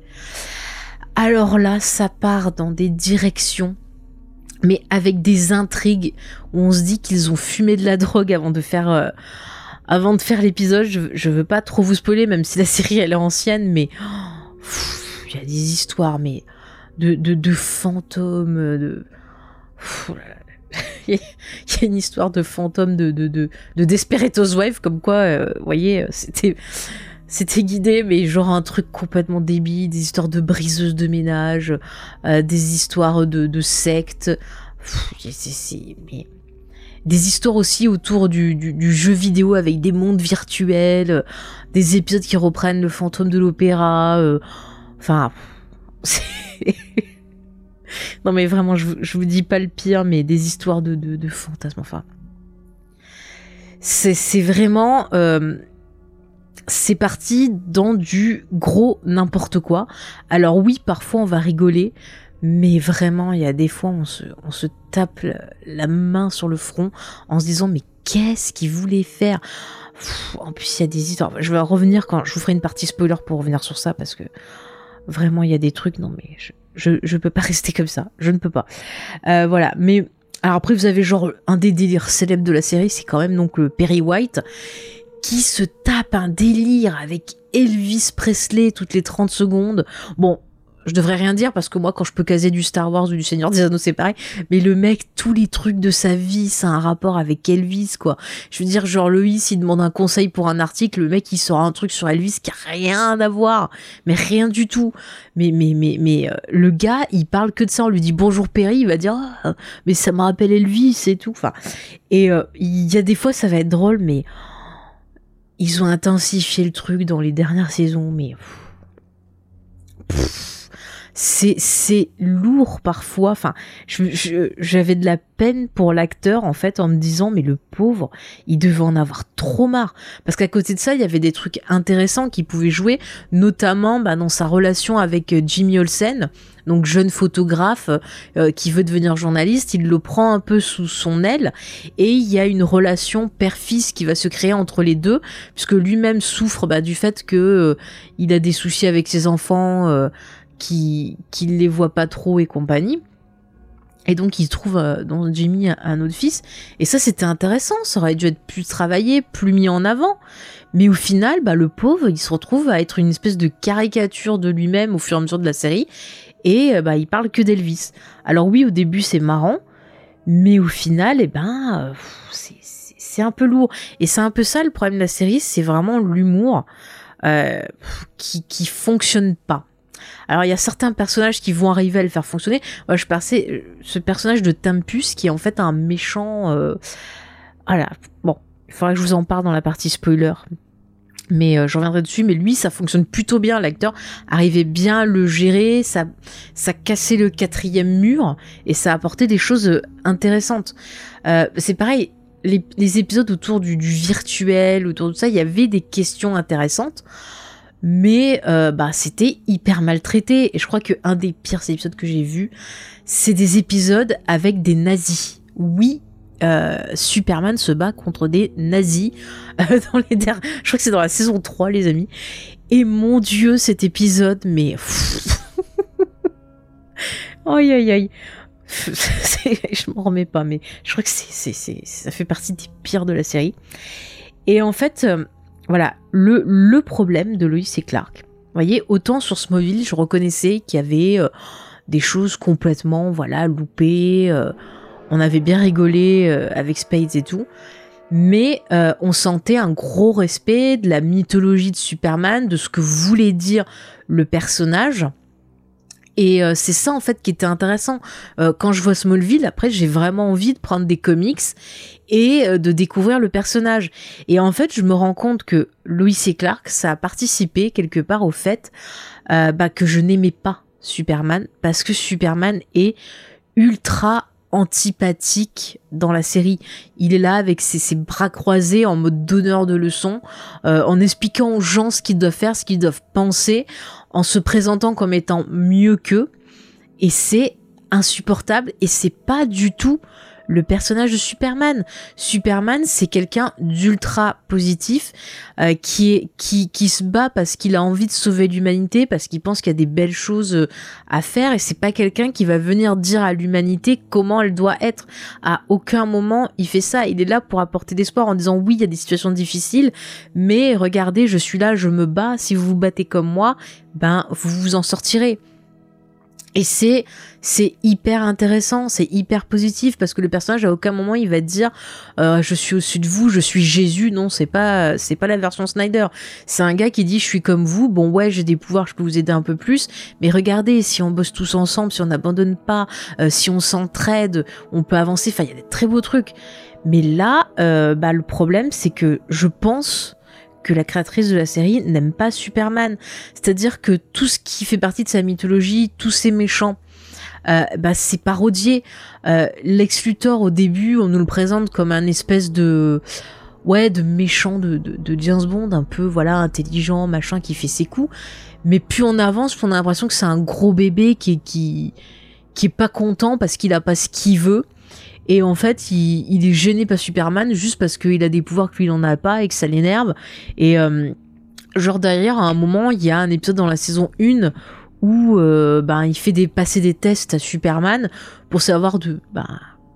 Speaker 2: alors là, ça part dans des directions, mais avec des intrigues où on se dit qu'ils ont fumé de la drogue avant de faire, euh, avant de faire l'épisode. Je, je veux pas trop vous spoiler, même si la série elle est ancienne, mais il y a des histoires, mais de, de, de fantômes, de, il il y a une histoire de fantôme de, de, de, de Desperate Housewives, comme quoi, euh, vous voyez, c'était, c'était guidé, mais genre un truc complètement débile, des histoires de briseuses de ménage, euh, des histoires de, de sectes, Pff, c'est, c'est, mais... des histoires aussi autour du, du, du jeu vidéo avec des mondes virtuels, euh, des épisodes qui reprennent le fantôme de l'opéra, euh, enfin, c'est... non mais vraiment, je, je vous dis pas le pire, mais des histoires de, de, de fantasmes, enfin. C'est, c'est vraiment... Euh, c'est parti dans du gros n'importe quoi. Alors oui, parfois on va rigoler, mais vraiment, il y a des fois, on se, on se tape la main sur le front en se disant, mais qu'est-ce qu'il voulait faire ? Pff, en plus, il y a des histoires. Je vais revenir quand je vous ferai une partie spoiler pour revenir sur ça, parce que vraiment, il y a des trucs, non mais je, je, je peux pas rester comme ça, je ne peux pas. Euh, voilà, mais alors après, vous avez genre un des délires célèbres de la série, c'est quand même donc le Perry White, qui se tape un délire avec Elvis Presley toutes les trente secondes. Bon, je devrais rien dire parce que moi, quand je peux caser du Star Wars ou du Seigneur des Anneaux, c'est pareil. Mais le mec, tous les trucs de sa vie, ça a un rapport avec Elvis, quoi. Je veux dire, genre, Loïs, il demande un conseil pour un article, le mec, il sort un truc sur Elvis qui a rien à voir. Mais rien du tout. Mais, mais, mais, mais, euh, le gars, il parle que de ça. On lui dit bonjour Perry, il va dire, ah, mais ça me rappelle Elvis et tout. Enfin, et, euh, il y a des fois, ça va être drôle, mais ils ont intensifié le truc dans les dernières saisons, mais pff, c'est c'est lourd parfois. Enfin, je, je, j'avais de la peine pour l'acteur en fait en me disant mais le pauvre, il devait en avoir trop marre. Parce qu'à côté de ça, il y avait des trucs intéressants qu'il pouvait jouer, notamment bah, dans sa relation avec Jimmy Olsen. Donc jeune photographe euh, qui veut devenir journaliste, il le prend un peu sous son aile et il y a une relation père-fils qui va se créer entre les deux puisque lui-même souffre bah, du fait que euh, il a des soucis avec ses enfants, euh, qui qu'il les voit pas trop et compagnie. Et donc il trouve euh, dans Jimmy un, un autre fils et ça c'était intéressant, ça aurait dû être plus travaillé, plus mis en avant. Mais au final, bah, le pauvre, il se retrouve à être une espèce de caricature de lui-même au fur et à mesure de la série. Et bah, il parle que d'Elvis. Alors oui, au début, c'est marrant. Mais au final, eh ben, euh, c'est, c'est, c'est un peu lourd. Et c'est un peu ça, le problème de la série. C'est vraiment l'humour euh, qui, qui fonctionne pas. Alors, il y a certains personnages qui vont arriver à le faire fonctionner. Moi, je pensais, ce personnage de Tempus, qui est en fait un méchant... Euh, voilà. Bon, il faudrait que je vous en parle dans la partie spoiler. Mais euh, je reviendrai dessus, mais lui, ça fonctionne plutôt bien, l'acteur arrivait bien à le gérer, ça, ça cassait le quatrième mur, et ça apportait des choses intéressantes. Euh, c'est pareil, les, les épisodes autour du, du virtuel, autour de ça, il y avait des questions intéressantes, mais euh, bah, c'était hyper maltraité, et je crois qu'un des pires épisodes que j'ai vus, c'est des épisodes avec des nazis. Oui, Euh, Superman se bat contre des nazis euh, dans les derniers... Je crois que c'est dans la saison trois, les amis. Et mon Dieu, cet épisode, mais... aïe, aïe, aïe. Je m'en remets pas, mais je crois que c'est, c'est, c'est, ça fait partie des pires de la série. Et en fait, euh, voilà, le, le problème de Lois et Clark. Vous voyez, autant sur Smallville, je reconnaissais qu'il y avait euh, des choses complètement, voilà, loupées... Euh, on avait bien rigolé euh, avec Spades et tout, mais euh, on sentait un gros respect de la mythologie de Superman, de ce que voulait dire le personnage. Et euh, c'est ça en fait qui était intéressant. Euh, quand je vois Smallville, après j'ai vraiment envie de prendre des comics et euh, de découvrir le personnage. Et en fait, je me rends compte que Lois et Clark, ça a participé quelque part au fait euh, bah, que je n'aimais pas Superman, parce que Superman est ultra antipathique dans la série. Il est là avec ses, ses bras croisés en mode donneur de leçons, euh, en expliquant aux gens ce qu'ils doivent faire, ce qu'ils doivent penser, en se présentant comme étant mieux qu'eux. Et c'est insupportable et c'est pas du tout le personnage de Superman. Superman, c'est quelqu'un d'ultra positif euh, qui est qui qui se bat parce qu'il a envie de sauver l'humanité, parce qu'il pense qu'il y a des belles choses à faire, et c'est pas quelqu'un qui va venir dire à l'humanité comment elle doit être. À aucun moment il fait ça. Il est là pour apporter l'espoir en disant oui, il y a des situations difficiles, mais regardez, je suis là, je me bats. Si vous vous battez comme moi, ben vous vous en sortirez. Et c'est c'est hyper intéressant, c'est hyper positif parce que le personnage à aucun moment il va te dire euh, je suis au-dessus de vous, je suis Jésus. Non, c'est pas c'est pas la version Snyder. C'est un gars qui dit je suis comme vous. Bon ouais, j'ai des pouvoirs, je peux vous aider un peu plus, mais regardez, si on bosse tous ensemble, si on n'abandonne pas, euh, si on s'entraide, on peut avancer. Enfin, il y a des très beaux trucs. Mais là, euh, bah le problème c'est que je pense que la créatrice de la série n'aime pas Superman. C'est-à-dire que tout ce qui fait partie de sa mythologie, tous ces méchants, euh, bah c'est parodié. Euh, Lex Luthor, au début, on nous le présente comme un espèce de... ouais, de méchant de, de, de James Bond, un peu, voilà, intelligent, machin, qui fait ses coups. Mais plus on avance, plus on a l'impression que c'est un gros bébé qui est, qui, qui est pas content parce qu'il a pas ce qu'il veut. Et en fait, il, il est gêné par Superman juste parce qu'il a des pouvoirs que lui il en a pas et que ça l'énerve. Et euh, genre derrière, à un moment, il y a un épisode dans la saison un où euh, ben il fait des, passer des tests à Superman pour savoir de ben,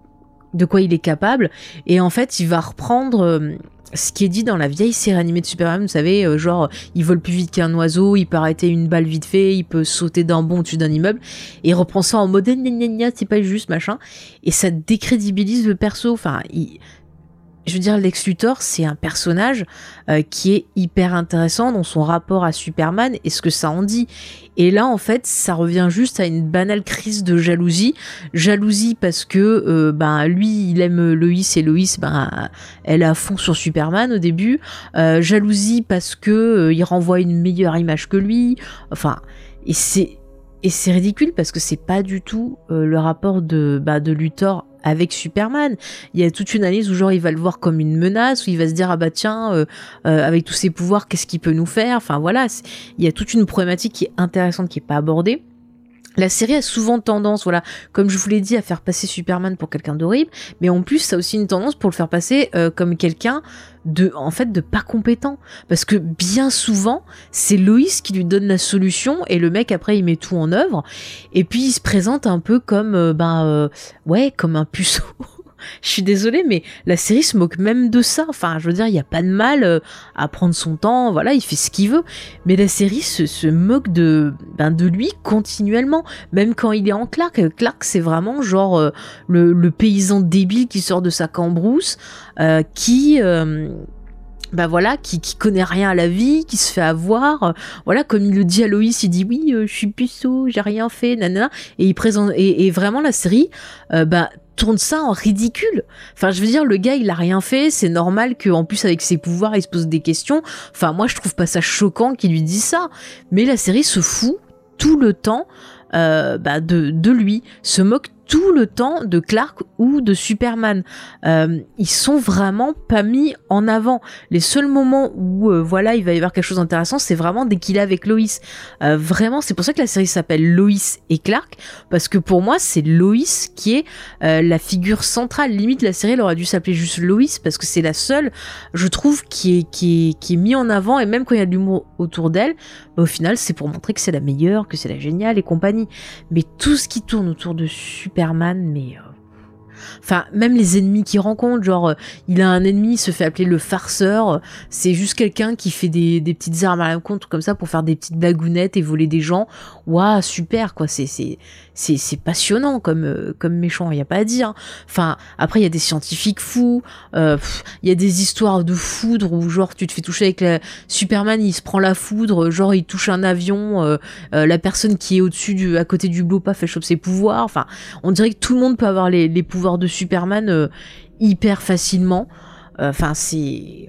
Speaker 2: de quoi il est capable. Et en fait, il va reprendre euh, ce qui est dit dans la vieille série animée de Superman, vous savez, euh, genre, il vole plus vite qu'un oiseau, il peut arrêter une balle vite fait, il peut sauter d'un bond au-dessus d'un immeuble, et il reprend ça en mode gna gna gna, c'est pas juste, machin, et ça décrédibilise le perso. Enfin, il... je veux dire, Lex Luthor, c'est un personnage euh, qui est hyper intéressant dans son rapport à Superman et ce que ça en dit. Et là, en fait, ça revient juste à une banale crise de jalousie. Jalousie parce que, euh, ben, lui, il aime Lois et Lois, ben, elle est à fond sur Superman au début. Euh, jalousie parce que euh, il renvoie une meilleure image que lui. Enfin, et c'est et c'est ridicule parce que c'est pas du tout euh, le rapport de bah, de Luthor avec Superman. Il y a toute une analyse où genre il va le voir comme une menace, où il va se dire ah bah tiens euh, euh, avec tous ses pouvoirs qu'est-ce qu'il peut nous faire. Enfin voilà, il y a toute une problématique qui est intéressante qui est pas abordée. La série a souvent tendance, voilà, comme je vous l'ai dit, à faire passer Superman pour quelqu'un d'horrible, mais en plus, ça a aussi une tendance pour le faire passer euh, comme quelqu'un de, en fait, de pas compétent. Parce que bien souvent, c'est Lois qui lui donne la solution et le mec, après, il met tout en œuvre. Et puis, il se présente un peu comme, euh, ben, euh, ouais, comme un puceau. Je suis désolée, mais la série se moque même de ça. Enfin, je veux dire, il n'y a pas de mal euh, à prendre son temps, voilà, il fait ce qu'il veut. Mais la série se, se moque de, ben, de lui continuellement. Même quand il est en Clark. Clark, c'est vraiment genre euh, le, le paysan débile qui sort de sa cambrousse, euh, qui... Euh, bah voilà, qui, qui connaît rien à la vie, qui se fait avoir, euh, voilà, comme il le dit à Lois, il dit oui, euh, je suis puceau, j'ai rien fait, nanana, et il présente, et, et vraiment la série, euh, bah, tourne ça en ridicule. Enfin, je veux dire, le gars, il a rien fait, c'est normal qu'en plus, avec ses pouvoirs, il se pose des questions. Enfin, moi, je trouve pas ça choquant qu'il lui dise ça, mais la série se fout tout le temps euh, bah, de, de lui, se moque tout le temps de Clark ou de Superman. Euh, ils sont vraiment pas mis en avant. Les seuls moments où euh, voilà, il va y avoir quelque chose d'intéressant, c'est vraiment dès qu'il est avec Lois. Euh, vraiment, c'est pour ça que la série s'appelle Lois et Clark, parce que pour moi, c'est Lois qui est euh, la figure centrale. Limite, la série elle aurait dû s'appeler juste Lois, parce que c'est la seule, je trouve, qui est, qui est, qui est mis en avant, et même quand il y a de l'humour autour d'elle, bah, au final, c'est pour montrer que c'est la meilleure, que c'est la géniale et compagnie. Mais tout ce qui tourne autour de Superman, mais... Euh... Enfin, même les ennemis qu'il rencontre, genre, euh, il a un ennemi, il se fait appeler le farceur, euh, c'est juste quelqu'un qui fait des, des petites armes à la con, comme ça, pour faire des petites blagounettes et voler des gens. Waouh, super, quoi, c'est, c'est, c'est, c'est passionnant comme, euh, comme méchant, il y a pas à dire. Enfin, après, il y a des scientifiques fous, euh, il y a des histoires de foudre où, genre, tu te fais toucher avec la... Superman, il se prend la foudre, genre, il touche un avion, euh, euh, la personne qui est au-dessus, du, à côté du blow paf, elle chope ses pouvoirs. Enfin, on dirait que tout le monde peut avoir les, les pouvoirs de Superman euh, hyper facilement. Enfin, euh, c'est...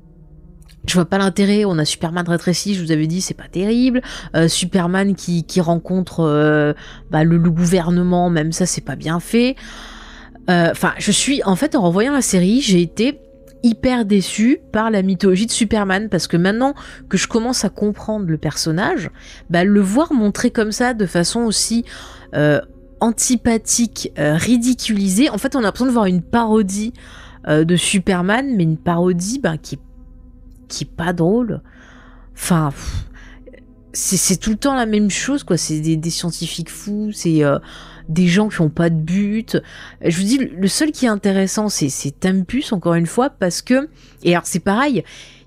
Speaker 2: Je vois pas l'intérêt. On a Superman rétréci, je vous avais dit, c'est pas terrible. Euh, Superman qui, qui rencontre euh, bah, le, le gouvernement, même ça, c'est pas bien fait. Enfin, euh, je suis... En fait, en revoyant la série, j'ai été hyper déçue par la mythologie de Superman, parce que maintenant que je commence à comprendre le personnage, bah, le voir montré comme ça, de façon aussi... Euh, antipathique, euh, ridiculisé. En fait, on a l'impression de voir une parodie euh, de Superman, mais une parodie ben, qui, qui est pas drôle. Enfin, pff, c'est, c'est tout le temps la même chose, quoi. C'est des, des scientifiques fous, c'est euh, des gens qui ont pas de but. Je vous dis, le seul qui est intéressant, c'est, c'est Tempus, encore une fois, parce que... Et alors, c'est pareil,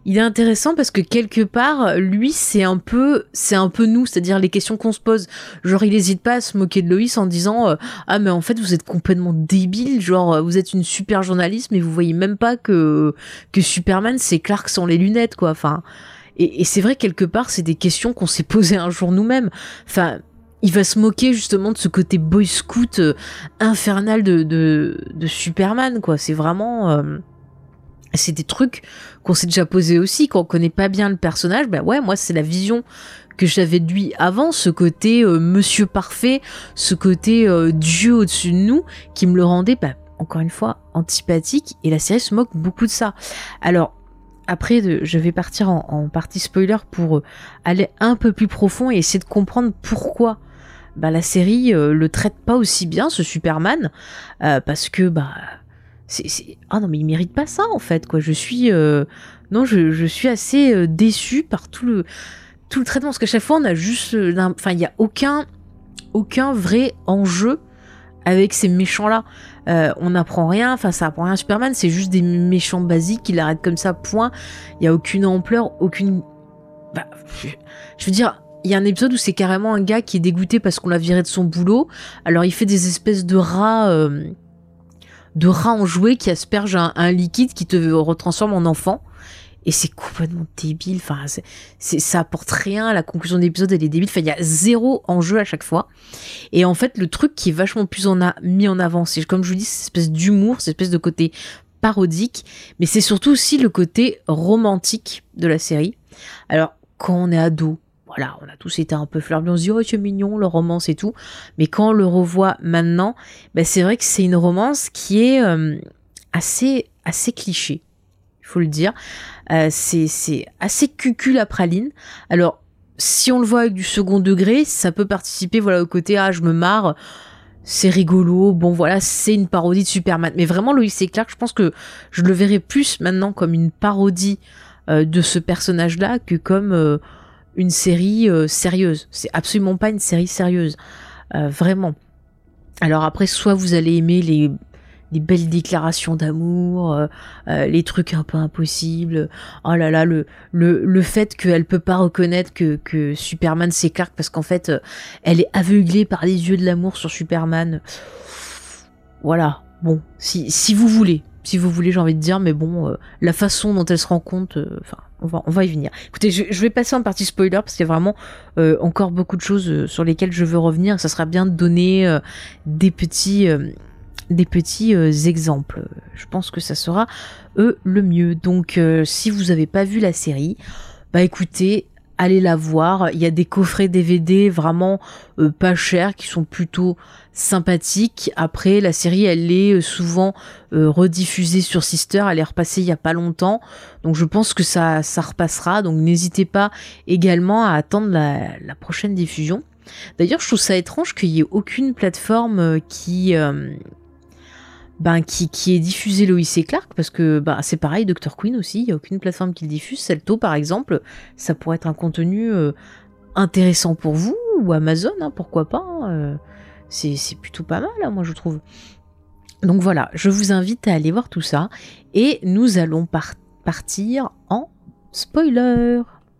Speaker 2: il est intéressant parce que quelque part, lui, c'est un peu, c'est un peu nous, c'est-à-dire les questions qu'on se pose. Genre, il hésite pas à se moquer de Loïs en disant euh, ah mais en fait vous êtes complètement débile, genre vous êtes une super journaliste mais vous voyez même pas que que Superman c'est Clark sans les lunettes quoi. Enfin, et, et c'est vrai quelque part c'est des questions qu'on s'est posées un jour nous-mêmes. Enfin, il va se moquer justement de ce côté boy scout euh, infernal de, de de Superman quoi. C'est vraiment euh, c'est des trucs qu'on s'est déjà posé aussi quand on connaît pas bien le personnage. Bah ouais, moi c'est la vision que j'avais de lui avant, ce côté euh, monsieur parfait, ce côté euh, Dieu au-dessus de nous, qui me le rendait, bah, encore une fois, antipathique, et la série se moque beaucoup de ça. Alors, après, de, je vais partir en, en partie spoiler pour euh, aller un peu plus profond et essayer de comprendre pourquoi bah, la série euh, le traite pas aussi bien, ce Superman, euh, parce que, bah... C'est, c'est... Ah non mais il mérite pas ça en fait quoi. Je suis euh... non je, je suis assez euh, déçue par tout le tout le traitement parce qu'à chaque fois on a juste euh, enfin il y a aucun aucun vrai enjeu avec ces méchants là. Euh, on n'apprend rien, enfin ça apprend rien à Superman, c'est juste des méchants basiques qui l'arrêtent comme ça point. Il y a aucune ampleur, aucune bah, je veux dire il y a un épisode où c'est carrément un gars qui est dégoûté parce qu'on l'a viré de son boulot. Alors il fait des espèces de rats euh... de rats en jouet qui asperge un, un liquide qui te retransforme en enfant. Et c'est complètement débile. Enfin, c'est, c'est, ça apporte rien. La conclusion de l'épisode, elle est débile. Enfin, il y a zéro enjeu à chaque fois. Et en fait, le truc qui est vachement plus en a, mis en avant, c'est comme je vous dis, cette espèce d'humour, cette espèce de côté parodique. Mais c'est surtout aussi le côté romantique de la série. Alors, quand on est ado, voilà, on a tous été un peu fleurbus, on se dit oh c'est mignon, le romance et tout. Mais quand on le revoit maintenant, bah, c'est vrai que c'est une romance qui est euh, assez assez cliché, il faut le dire. Euh, c'est c'est assez cucul à praline. Alors si on le voit avec du second degré, ça peut participer voilà au côté ah je me marre, c'est rigolo. Bon voilà, c'est une parodie de Superman. Mais vraiment Lois et Clark, je pense que je le verrais plus maintenant comme une parodie euh, de ce personnage-là que comme euh, une série euh, sérieuse. C'est absolument pas une série sérieuse. Euh, vraiment. Alors après, soit vous allez aimer les, les belles déclarations d'amour, euh, euh, les trucs un peu impossibles. Oh là là, le, le, le fait qu'elle peut pas reconnaître que, que Superman c'est Clark parce qu'en fait, euh, elle est aveuglée par les yeux de l'amour sur Superman. Voilà. Bon, si, si vous voulez. Si vous voulez, j'ai envie de dire, mais bon, euh, la façon dont elle se rend compte, enfin, euh, on va, on va y venir. Écoutez, je, je vais passer en partie spoiler parce qu'il y a vraiment euh, encore beaucoup de choses euh, sur lesquelles je veux revenir. Ça sera bien de donner euh, des petits, euh, des petits euh, exemples. Je pense que ça sera eux le mieux. Donc, euh, si vous avez pas vu la série, bah écoutez. Allez la voir, il y a des coffrets D V D vraiment euh, pas chers qui sont plutôt sympathiques. Après la série elle est souvent euh, rediffusée sur Sister, elle est repassée il y a pas longtemps, donc je pense que ça ça repassera, donc n'hésitez pas également à attendre la, la prochaine diffusion. D'ailleurs je trouve ça étrange qu'il y ait aucune plateforme qui euh, Ben, qui, qui est diffusé Lois et Clark, parce que bah, c'est pareil, docteur Queen aussi, il n'y a aucune plateforme qui le diffuse. Celto par exemple, ça pourrait être un contenu euh, intéressant pour vous, ou Amazon, hein, pourquoi pas, hein, euh, c'est, c'est plutôt pas mal, hein, moi je trouve. Donc voilà, je vous invite à aller voir tout ça, et nous allons par- partir en spoiler.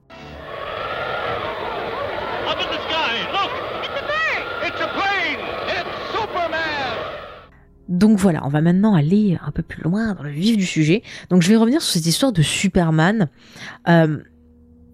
Speaker 2: Donc voilà, on va maintenant aller un peu plus loin dans le vif du sujet. Donc je vais revenir sur cette histoire de Superman. Euh, pourquoi ?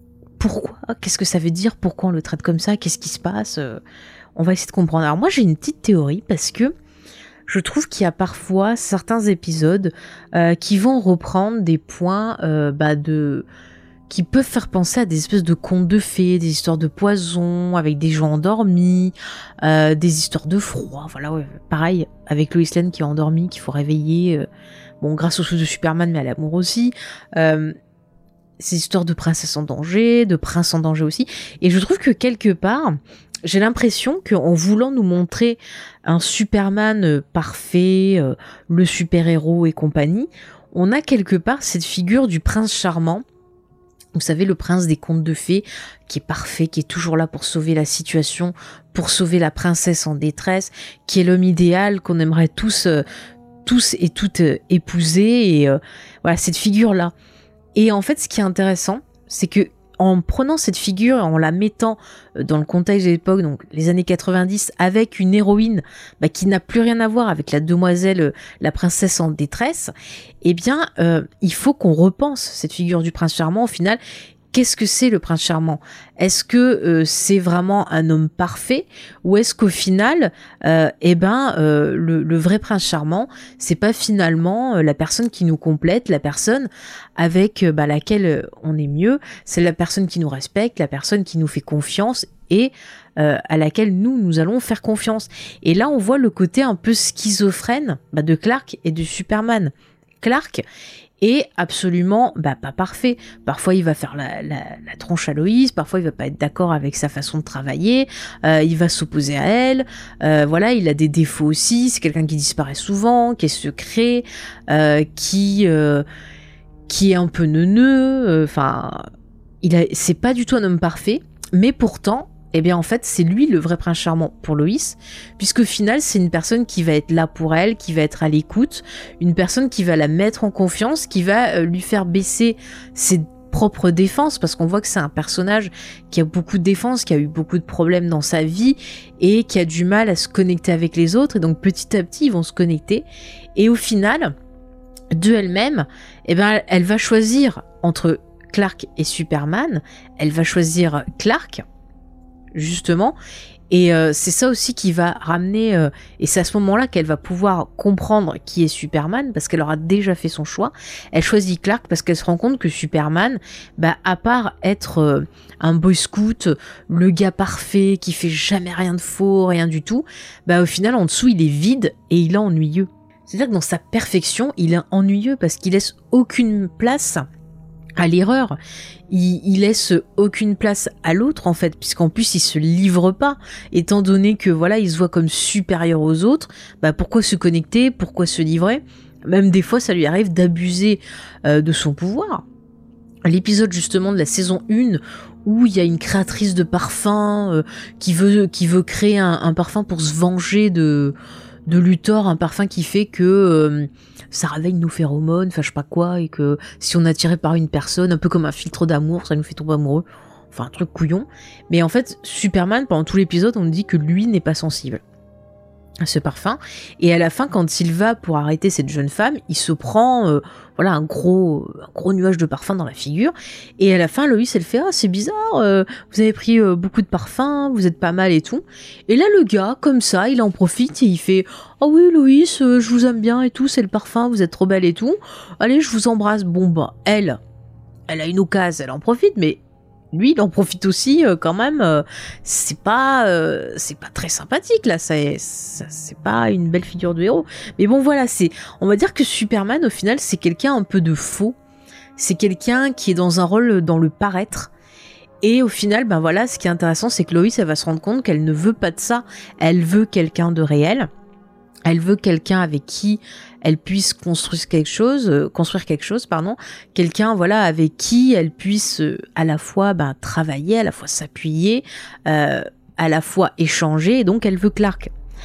Speaker 2: Qu'est-ce que ça veut dire ? Pourquoi on le traite comme ça ? Qu'est-ce qui se passe ? euh, On va essayer de comprendre. Alors moi j'ai une petite théorie parce que je trouve qu'il y a parfois certains épisodes euh, qui vont reprendre des points euh, bah, de... qui peuvent faire penser à des espèces de contes de fées, des histoires de poison, avec des gens endormis, euh, des histoires de froid, voilà, ouais. Pareil, avec Lois Lane qui est endormie, qu'il faut réveiller, euh, bon, grâce au souffle de Superman, mais à l'amour aussi, euh, ces histoires de princesse en danger, de prince en danger aussi, et je trouve que quelque part, j'ai l'impression qu'en voulant nous montrer un Superman euh, parfait, euh, le super-héros et compagnie, on a quelque part cette figure du prince charmant. Vous savez, le prince des contes de fées, qui est parfait, qui est toujours là pour sauver la situation, pour sauver la princesse en détresse, qui est l'homme idéal qu'on aimerait tous, euh, tous et toutes euh, épouser. Et euh, voilà, cette figure-là. Et en fait, ce qui est intéressant, c'est que en prenant cette figure et en la mettant dans le contexte de l'époque, donc les années quatre-vingt-dix, avec une héroïne bah, qui n'a plus rien à voir avec la demoiselle, la princesse en détresse, eh bien, euh, il faut qu'on repense cette figure du prince charmant au final. Qu'est-ce que c'est le prince charmant ? Est-ce que euh, c'est vraiment un homme parfait ou est-ce qu'au final, euh, eh ben, euh, le, le vrai prince charmant, c'est pas finalement euh, la personne qui nous complète, la personne avec euh, bah, laquelle on est mieux, c'est la personne qui nous respecte, la personne qui nous fait confiance et euh, à laquelle nous, nous allons faire confiance. Et là, on voit le côté un peu schizophrène bah, de Clark et de Superman. Clark est absolument bah, pas parfait. Parfois, il va faire la, la, la tronche à Loïs, parfois, il va pas être d'accord avec sa façon de travailler, euh, il va s'opposer à elle, euh, voilà, il a des défauts aussi, c'est quelqu'un qui disparaît souvent, qui est secret, euh, qui, euh, qui est un peu neuneux, enfin, euh, il a, c'est pas du tout un homme parfait, mais pourtant, eh bien en fait c'est lui le vrai prince charmant pour Loïs, puisqu'au final c'est une personne qui va être là pour elle, qui va être à l'écoute, une personne qui va la mettre en confiance, qui va euh, lui faire baisser ses propres défenses, parce qu'on voit que c'est un personnage qui a beaucoup de défenses, qui a eu beaucoup de problèmes dans sa vie et qui a du mal à se connecter avec les autres, et donc petit à petit ils vont se connecter, et au final de elle-même, eh ben elle va choisir entre Clark et Superman, elle va choisir Clark justement, et euh, c'est ça aussi qui va ramener, euh, et c'est à ce moment-là qu'elle va pouvoir comprendre qui est Superman, parce qu'elle aura déjà fait son choix. Elle choisit Clark parce qu'elle se rend compte que Superman, bah, à part être euh, un boy scout, le gars parfait, qui fait jamais rien de faux, rien du tout, bah au final en dessous il est vide et il est ennuyeux. C'est-à-dire que dans sa perfection, il est ennuyeux parce qu'il laisse aucune place à l'erreur, il, il laisse aucune place à l'autre en fait, puisqu'en plus il se livre pas, étant donné que voilà, il se voit comme supérieur aux autres, bah pourquoi se connecter, pourquoi se livrer ? Même des fois ça lui arrive d'abuser euh, de son pouvoir. L'épisode justement de la saison un où il y a une créatrice de parfum euh, qui veut qui veut créer un, un parfum pour se venger de de Luthor, un parfum qui fait que euh, ça réveille nos phéromones, enfin je sais pas quoi, et que si on est attiré par une personne, un peu comme un filtre d'amour, ça nous fait tomber amoureux, enfin un truc couillon. Mais en fait, Superman, pendant tout l'épisode, on nous dit que lui n'est pas sensible à ce parfum, et à la fin, quand il va pour arrêter cette jeune femme, il se prend euh, voilà un gros un gros nuage de parfum dans la figure, et à la fin Loïs elle fait ah c'est bizarre, euh, vous avez pris euh, beaucoup de parfum, vous êtes pas mal et tout, et là le gars comme ça il en profite et il fait ah oh oui Loïs, euh, je vous aime bien et tout, c'est le parfum, vous êtes trop belle et tout, allez je vous embrasse. Bon bah elle elle a une occasion, elle en profite, mais lui, il en profite aussi euh, quand même. Euh, c'est pas, euh, c'est pas très sympathique là. Ça, ça, c'est pas une belle figure de héros. Mais bon, voilà, c'est, on va dire que Superman, au final, c'est quelqu'un un peu de faux. C'est quelqu'un qui est dans un rôle dans le paraître. Et au final, ben voilà, ce qui est intéressant, c'est que Lois, elle va se rendre compte qu'elle ne veut pas de ça. Elle veut quelqu'un de réel. Elle veut quelqu'un avec qui elle puisse construire quelque chose, euh, construire quelque chose, pardon, quelqu'un voilà avec qui elle puisse euh, à la fois ben, travailler, à la fois s'appuyer, euh, à la fois échanger. Et donc elle veut Clark.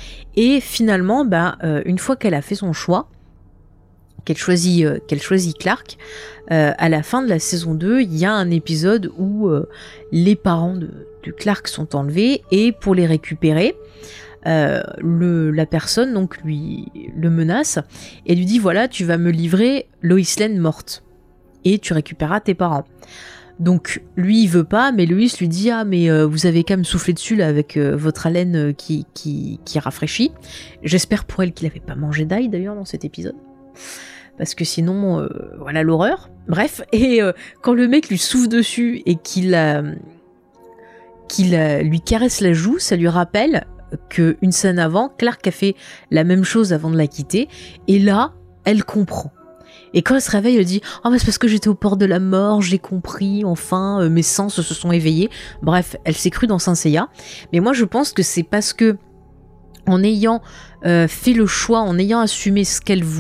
Speaker 2: Et finalement, ben euh, une fois qu'elle a fait son choix, qu'elle choisit, euh, qu'elle choisit Clark, euh, à la fin de la saison deux, il y a un épisode où euh, les parents de, de Clark sont enlevés et pour les récupérer. Euh, le, la personne donc lui le menace et lui dit voilà tu vas me livrer Lois Lane morte et tu récupéreras tes parents. Donc lui il veut pas, mais Lois lui dit ah mais euh, vous avez qu'à me souffler dessus là avec euh, votre haleine euh, qui, qui, qui rafraîchit. J'espère pour elle qu'il avait pas mangé d'ail d'ailleurs dans cet épisode, parce que sinon euh, voilà l'horreur. Bref, et euh, quand le mec lui souffle dessus et qu'il, euh, qu'il euh, lui caresse la joue, ça lui rappelle qu'une scène avant, Clark a fait la même chose avant de la quitter, et là, elle comprend. Et quand elle se réveille, elle dit « Ah, oh, mais c'est parce que j'étais au port de la mort, j'ai compris, enfin, euh, mes sens se sont éveillés. » Bref, elle s'est crue dans Saint Seiya. Mais moi, je pense que c'est parce que, en ayant euh, fait le choix, en ayant assumé ce qu'elle voulait,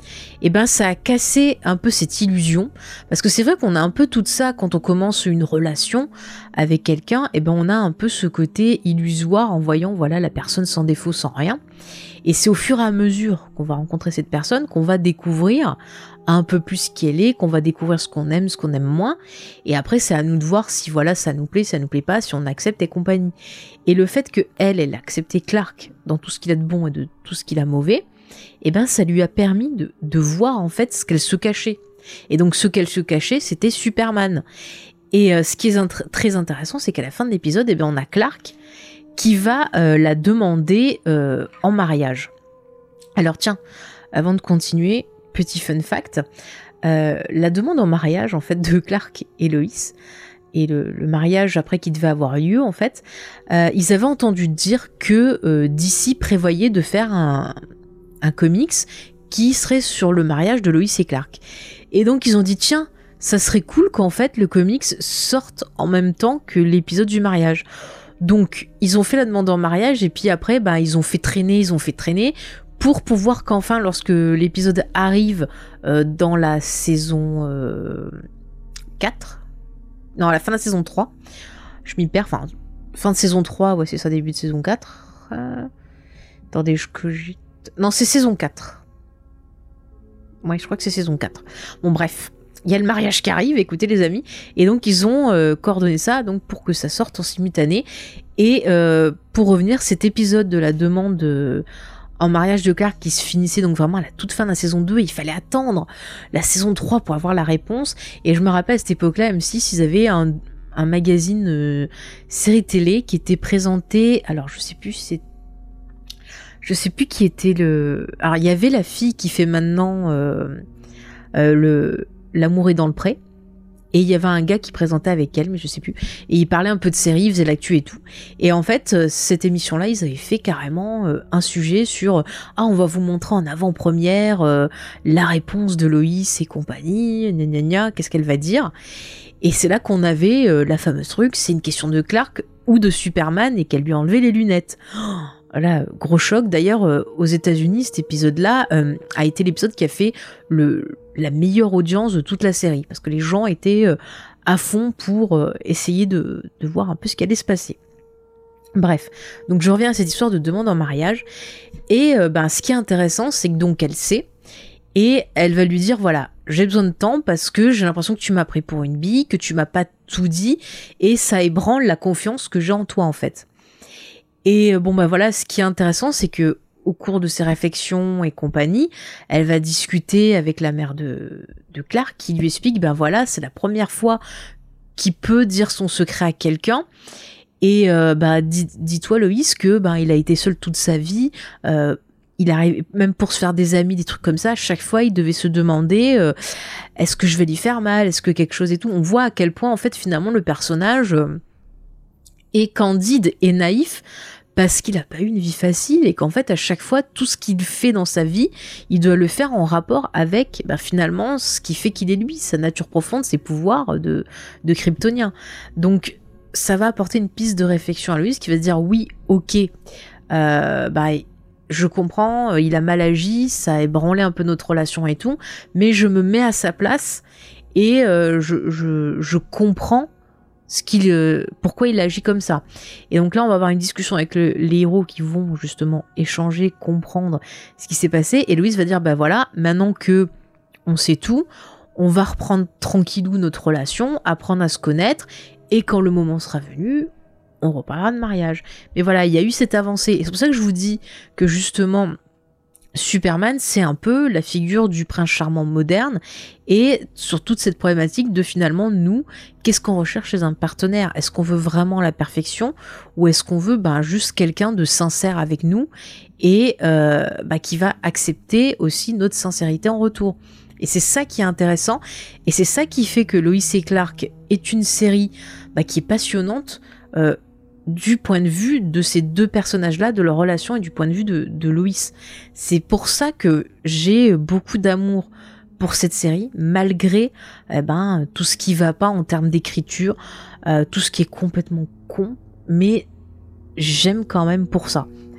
Speaker 2: et ben ça a cassé un peu cette illusion, parce que c'est vrai qu'on a un peu tout ça quand on commence une relation avec quelqu'un, et ben on a un peu ce côté illusoire en voyant voilà la personne sans défaut, sans rien, et c'est au fur et à mesure qu'on va rencontrer cette personne qu'on va découvrir un peu plus qui elle est, qu'on va découvrir ce qu'on aime, ce qu'on aime moins, et après c'est à nous de voir si voilà ça nous plaît, ça nous plaît pas, si on accepte et compagnie. Et le fait que elle, elle a accepté Clark dans tout ce qu'il a de bon et de tout ce qu'il a mauvais, et ben ça lui a permis de, de voir en fait ce qu'elle se cachait. Et donc ce qu'elle se cachait, c'était Superman. Et euh, ce qui est int- très intéressant, c'est qu'à la fin de l'épisode, et ben on a Clark qui va euh, la demander euh, en mariage. Alors tiens, avant de continuer, petit fun fact, euh, la demande en mariage en fait de Clark et Lois, et le, le mariage après qui devait avoir lieu en fait, euh, ils avaient entendu dire que euh, D C prévoyait de faire un, un comics qui serait sur le mariage de Lois et Clark. Et donc ils ont dit tiens, ça serait cool qu'en fait le comics sorte en même temps que l'épisode du mariage. Donc ils ont fait la demande en mariage et puis après bah, ils ont fait traîner, ils ont fait traîner pour pouvoir qu'enfin lorsque l'épisode arrive euh, dans la saison euh, quatre, non, à la fin de la saison trois, je m'y perds, enfin, fin de saison trois, ouais, c'est ça, début de saison quatre. Euh... Attendez, je cogite. Non, c'est saison quatre. Ouais, je crois que c'est saison quatre. Bon, bref, il y a le mariage qui arrive, écoutez les amis, et donc ils ont euh, coordonné ça donc pour que ça sorte en simultané. Et euh, pour revenir, cet épisode de la demande de... en mariage de Clark qui se finissait donc vraiment à la toute fin de la saison deux, il fallait attendre la saison trois pour avoir la réponse, et je me rappelle à cette époque-là, M six, ils avaient un, un magazine euh, série télé qui était présenté, alors je sais plus si c'est je sais plus qui était le... Alors il y avait la fille qui fait maintenant euh, euh, le L'amour est dans le pré, et il y avait un gars qui présentait avec elle, mais je sais plus. Et il parlait un peu de séries, il faisait l'actu et tout. Et en fait, euh, cette émission-là, ils avaient fait carrément euh, un sujet sur euh, ah, on va vous montrer en avant-première euh, la réponse de Loïs et compagnie, gna gna gna, qu'est-ce qu'elle va dire. Et c'est là qu'on avait euh, la fameuse truc, c'est une question de Clark ou de Superman, et qu'elle lui a enlevé les lunettes. Oh, voilà, gros choc. D'ailleurs, euh, aux États-Unis, cet épisode-là euh, a été l'épisode qui a fait le, la meilleure audience de toute la série, parce que les gens étaient euh, à fond pour euh, essayer de, de voir un peu ce qui allait se passer. Bref, donc je reviens à cette histoire de demande en mariage, et euh, ben, ce qui est intéressant, c'est que donc elle sait, et elle va lui dire voilà, j'ai besoin de temps parce que j'ai l'impression que tu m'as pris pour une bille, que tu m'as pas tout dit, et ça ébranle la confiance que j'ai en toi en fait. Et bon bah voilà, ce qui est intéressant, c'est que au cours de ses réflexions et compagnie, elle va discuter avec la mère de, de Clark, qui lui explique ben voilà, c'est la première fois qu'il peut dire son secret à quelqu'un. Et euh, bah dis, dis-toi Loïs que ben il a été seul toute sa vie. Euh, il arrive même pour se faire des amis, des trucs comme ça. À chaque fois, il devait se demander euh, est-ce que je vais lui faire mal, est-ce que quelque chose et tout. On voit à quel point en fait finalement le personnage euh, est candide et naïf, parce qu'il a pas eu une vie facile, et qu'en fait à chaque fois tout ce qu'il fait dans sa vie, il doit le faire en rapport avec ben, finalement ce qui fait qu'il est lui, sa nature profonde, ses pouvoirs de, de kryptonien. Donc ça va apporter une piste de réflexion à Loïs qui va se dire oui, ok, euh, bah je comprends, il a mal agi, ça a ébranlé un peu notre relation et tout, mais je me mets à sa place et euh, je, je, je comprends ce qu'il, euh, pourquoi il agit comme ça. Et donc là, on va avoir une discussion avec le, les héros qui vont justement échanger, comprendre ce qui s'est passé. Et Loïs va dire, bah voilà, maintenant que on sait tout, on va reprendre tranquillou notre relation, apprendre à se connaître, et quand le moment sera venu, on reparlera de mariage. Mais voilà, il y a eu cette avancée. Et c'est pour ça que je vous dis que justement, Superman, c'est un peu la figure du prince charmant moderne, et sur toute cette problématique de finalement, nous, qu'est-ce qu'on recherche chez un partenaire ? Est-ce qu'on veut vraiment la perfection, ou est-ce qu'on veut ben, juste quelqu'un de sincère avec nous, et euh, ben, qui va accepter aussi notre sincérité en retour ? Et c'est ça qui est intéressant, et c'est ça qui fait que Lois et Clark est une série ben, qui est passionnante, euh, du point de vue de ces deux personnages-là, de leur relation, et du point de vue de, de Loïs. C'est pour ça que j'ai beaucoup d'amour pour cette série, malgré eh ben, tout ce qui va pas en termes d'écriture, euh, tout ce qui est complètement con, mais j'aime quand même pour ça.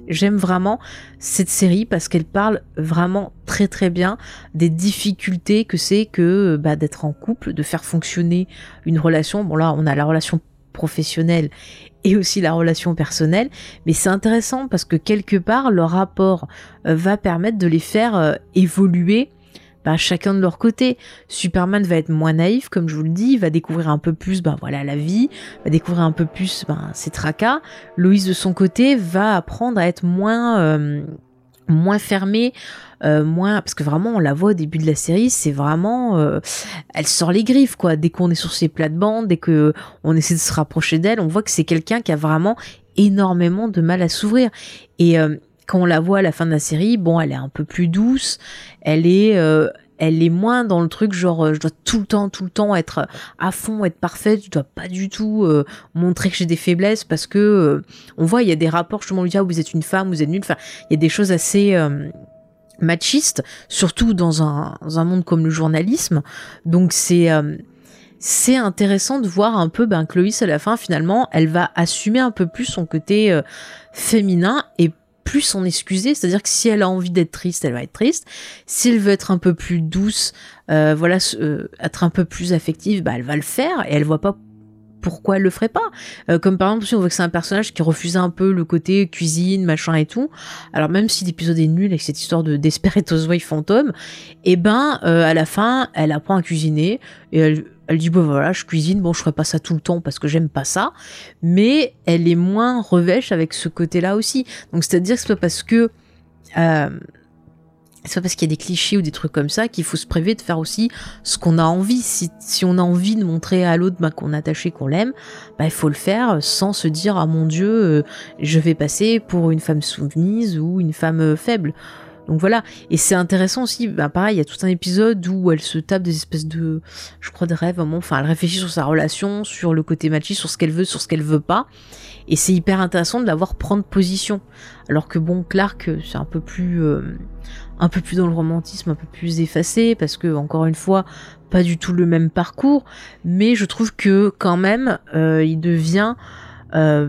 Speaker 2: j'aime vraiment cette série parce qu'elle parle vraiment très très bien des difficultés que c'est que bah, d'être en couple, de faire fonctionner une relation. Bon là, on a la relation professionnelle et aussi la relation personnelle, mais c'est intéressant parce que quelque part, leur rapport euh, va permettre de les faire euh, évoluer bah, chacun de leur côté. Superman va être moins naïf, comme je vous le dis, il va découvrir un peu plus bah, voilà, la vie, va découvrir un peu plus bah, ses tracas. Lois, de son côté, va apprendre à être moins, euh, moins fermée, euh, moins... parce que vraiment, on la voit au début de la série, c'est vraiment... Euh, elle sort les griffes, quoi. Dès qu'on est sur ses plates-bandes, dès qu'on essaie de se rapprocher d'elle, on voit que c'est quelqu'un qui a vraiment énormément de mal à s'ouvrir. Et... Euh, quand on la voit à la fin de la série, bon, elle est un peu plus douce, elle est, euh, elle est moins dans le truc genre, euh, je dois tout le temps, tout le temps être à fond, être parfaite, je dois pas du tout euh, montrer que j'ai des faiblesses parce que euh, on voit, il y a des rapports, justement, on lui dit, ah, vous êtes une femme, vous êtes nulle, enfin, il y a des choses assez euh, machistes, surtout dans un, dans un monde comme le journalisme, donc c'est... Euh, c'est intéressant de voir un peu ben, que Lois, à la fin, finalement, elle va assumer un peu plus son côté euh, féminin et plus s'en excuser, c'est-à-dire que si elle a envie d'être triste, elle va être triste. Si elle veut être un peu plus douce, euh, voilà, euh, être un peu plus affective, bah elle va le faire et elle voit pas pourquoi elle le ferait pas. Euh, comme par exemple, si on voit que c'est un personnage qui refusait un peu le côté cuisine, machin et tout. Alors même si l'épisode est nul avec cette histoire de Desperate Housewives fantôme, et ben euh, à la fin, elle apprend à cuisiner et elle Elle dit, bah voilà, je cuisine, bon, je ferai pas ça tout le temps parce que j'aime pas ça, mais elle est moins revêche avec ce côté-là aussi. Donc, c'est-à-dire que c'est pas parce que, euh, c'est pas parce qu'il y a des clichés ou des trucs comme ça qu'il faut se priver de faire aussi ce qu'on a envie. Si, si on a envie de montrer à l'autre bah, qu'on est attaché, qu'on l'aime, bah, il faut le faire sans se dire, ah mon Dieu, euh, je vais passer pour une femme soumise ou une femme euh, faible. Donc voilà, et c'est intéressant aussi, bah pareil, il y a tout un épisode où elle se tape des espèces de, je crois, de rêves, vraiment, enfin elle réfléchit sur sa relation, sur le côté machiste, sur ce qu'elle veut, sur ce qu'elle veut pas, et c'est hyper intéressant de la voir prendre position, alors que bon, Clark, c'est un peu plus, euh, un peu plus dans le romantisme, un peu plus effacé, parce que, encore une fois, pas du tout le même parcours, mais je trouve que, quand même, euh, il devient, euh,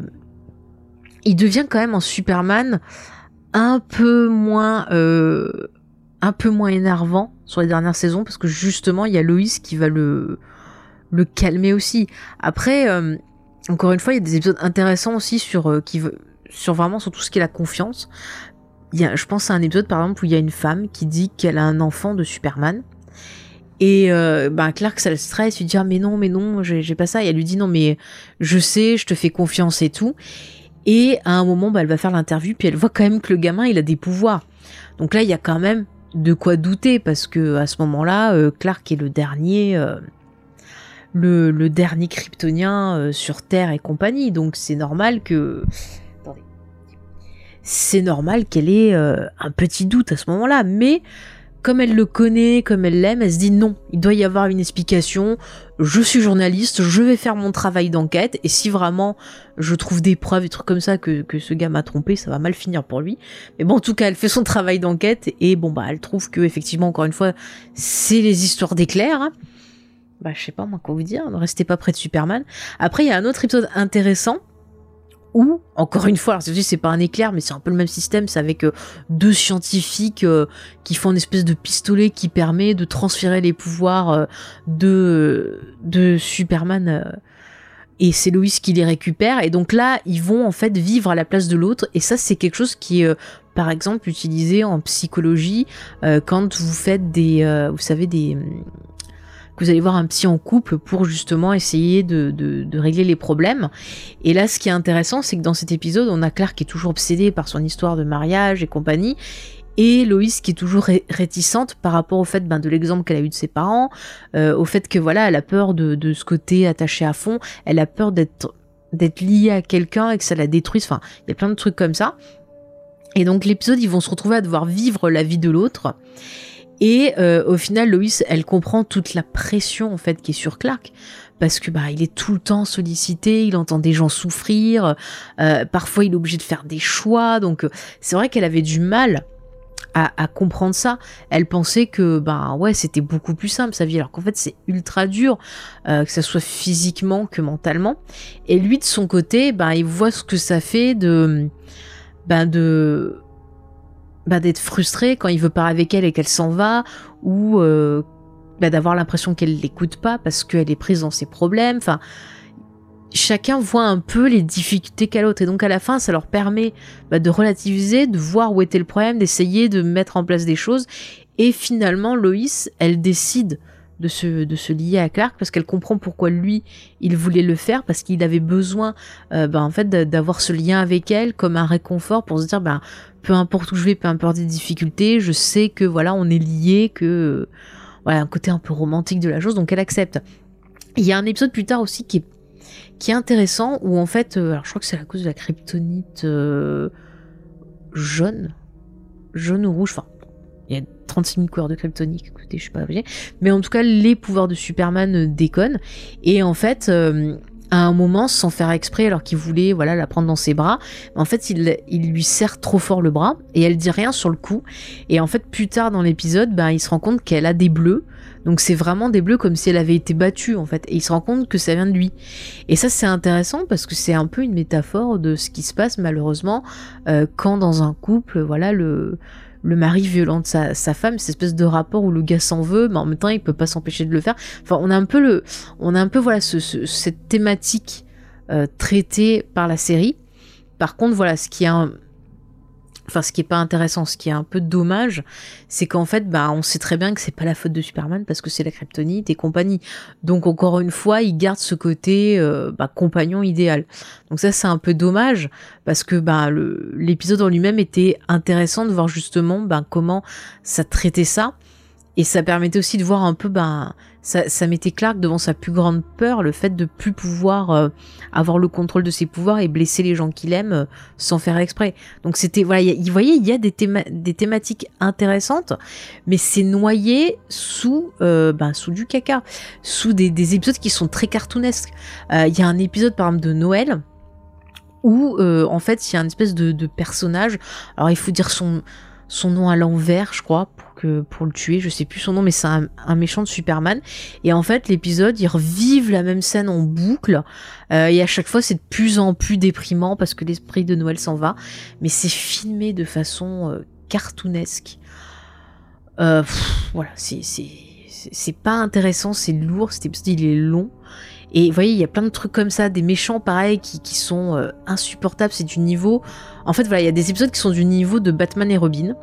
Speaker 2: il devient quand même en Superman un peu moins euh, un peu moins énervant sur les dernières saisons parce que justement il y a Lois qui va le le calmer aussi. Après euh, encore une fois il y a des épisodes intéressants aussi sur euh, qui veut sur vraiment sur tout ce qui est la confiance. Il y a, je pense à un épisode par exemple où il y a une femme qui dit qu'elle a un enfant de Superman et euh, ben Clark ça le stresse, il dit ah mais non mais non j'ai, j'ai pas ça et elle lui dit non mais je sais je te fais confiance et tout. Et à un moment, bah, elle va faire l'interview, puis elle voit quand même que le gamin, il a des pouvoirs. Donc là, il y a quand même de quoi douter, parce que à ce moment-là, euh, Clark est le dernier, euh, le, le dernier kryptonien euh, sur Terre et compagnie. Donc c'est normal que, attendez, c'est normal qu'elle ait euh, un petit doute à ce moment-là. Mais comme elle le connaît, comme elle l'aime, elle se dit non, il doit y avoir une explication, je suis journaliste, je vais faire mon travail d'enquête, et si vraiment je trouve des preuves, des trucs comme ça, que, que ce gars m'a trompé, ça va mal finir pour lui. Mais bon, en tout cas, elle fait son travail d'enquête, et bon, bah, elle trouve que, effectivement, encore une fois, c'est les histoires d'éclairs, hein. Bah, je sais pas, moi, quoi vous dire, ne restez pas près de Superman. Après, il y a un autre épisode intéressant, où, encore une fois, alors c'est, c'est pas un éclair, mais c'est un peu le même système, c'est avec euh, deux scientifiques euh, qui font une espèce de pistolet qui permet de transférer les pouvoirs euh, de, de Superman, euh, et c'est Lois qui les récupère, et donc là, ils vont en fait vivre à la place de l'autre, et ça, c'est quelque chose qui est, euh, par exemple, utilisé en psychologie, euh, quand vous faites des, euh, vous savez, des... que vous allez voir un psy en couple pour justement essayer de, de, de régler les problèmes. Et là, ce qui est intéressant, c'est que dans cet épisode, on a Clark qui est toujours obsédé par son histoire de mariage et compagnie, et Lois qui est toujours ré- réticente par rapport au fait ben, de l'exemple qu'elle a eu de ses parents, euh, au fait que voilà, elle a peur de, de ce côté attaché à fond, elle a peur d'être, d'être liée à quelqu'un et que ça la détruise, enfin, il y a plein de trucs comme ça. Et donc l'épisode, ils vont se retrouver à devoir vivre la vie de l'autre. Et euh, au final, Lois, elle comprend toute la pression en fait qui est sur Clark, parce que bah il est tout le temps sollicité, il entend des gens souffrir, euh, parfois il est obligé de faire des choix, donc euh, c'est vrai qu'elle avait du mal à, à comprendre ça. Elle pensait que bah ouais c'était beaucoup plus simple sa vie, alors qu'en fait c'est ultra dur, euh, que ça soit physiquement que mentalement. Et lui de son côté, bah il voit ce que ça fait de ben de ben d'être frustré quand il veut parler avec elle et qu'elle s'en va, ou euh, ben d'avoir l'impression qu'elle l'écoute pas parce qu'elle est prise dans ses problèmes. Enfin, chacun voit un peu les difficultés qu'a l'autre, et donc à la fin ça leur permet ben, de relativiser, de voir où était le problème, d'essayer de mettre en place des choses. Et finalement Loïs, elle décide de se, de se lier à Clark parce qu'elle comprend pourquoi lui il voulait le faire, parce qu'il avait besoin euh, ben, en fait d'avoir ce lien avec elle comme un réconfort pour se dire ben, peu importe où je vais, peu importe les difficultés, je sais que voilà on est liés, que voilà un côté un peu romantique de la chose, donc elle accepte. Il y a un épisode plus tard aussi qui est, qui est intéressant où en fait euh, alors je crois que c'est à cause de la kryptonite euh, jaune jaune ou rouge, enfin il y a trente-six mille couleurs de kryptonite, écoutez, je suis pas obligée. Mais en tout cas, les pouvoirs de Superman euh, déconnent. Et en fait, euh, à un moment, sans faire exprès, alors qu'il voulait voilà, la prendre dans ses bras, en fait, il, il lui serre trop fort le bras et elle dit rien sur le coup. Et en fait, plus tard dans l'épisode, ben, il se rend compte qu'elle a des bleus. Donc c'est vraiment des bleus comme si elle avait été battue, en fait. Et il se rend compte que ça vient de lui. Et ça, c'est intéressant parce que c'est un peu une métaphore de ce qui se passe, malheureusement, euh, quand dans un couple, voilà, le... le mari violente sa, sa femme, cette espèce de rapport où le gars s'en veut, mais en même temps il peut pas s'empêcher de le faire. Enfin, on a un peu le, on a un peu voilà ce, ce, cette thématique euh, traitée par la série. Par contre, voilà, ce qui est un, enfin ce qui est pas intéressant, ce qui est un peu dommage, c'est qu'en fait, bah, on sait très bien que c'est pas la faute de Superman parce que c'est la kryptonite et compagnie. Donc encore une fois, il garde ce côté euh, bah, compagnon idéal. Donc ça, c'est un peu dommage parce que bah, le, l'épisode en lui-même était intéressant de voir justement bah, comment ça traitait ça. Et ça permettait aussi de voir un peu, ben, ça, ça mettait Clark devant sa plus grande peur, le fait de plus pouvoir euh, avoir le contrôle de ses pouvoirs et blesser les gens qu'il aime euh, sans faire exprès. Donc c'était, voilà, y a, vous voyez, il y a des, théma- des thématiques intéressantes, mais c'est noyé sous, euh, ben, sous du caca, sous des, des épisodes qui sont très cartoonesques. Il euh, y a un épisode, par exemple, de Noël, où, euh, en fait, il y a une espèce de, de personnage, alors il faut dire son... son nom à l'envers, je crois, pour que pour le tuer, je sais plus son nom, mais c'est un, un méchant de Superman. Et en fait, l'épisode, ils revivent la même scène en boucle, euh, et à chaque fois, c'est de plus en plus déprimant parce que l'esprit de Noël s'en va. Mais c'est filmé de façon euh, cartoonesque. Euh, pff, voilà, c'est c'est c'est pas intéressant, c'est lourd. Cet épisode, il est long. Et vous voyez, il y a plein de trucs comme ça, des méchants pareils qui, qui sont euh, insupportables, c'est du niveau... En fait, voilà, il y a des épisodes qui sont du niveau de Batman et Robin.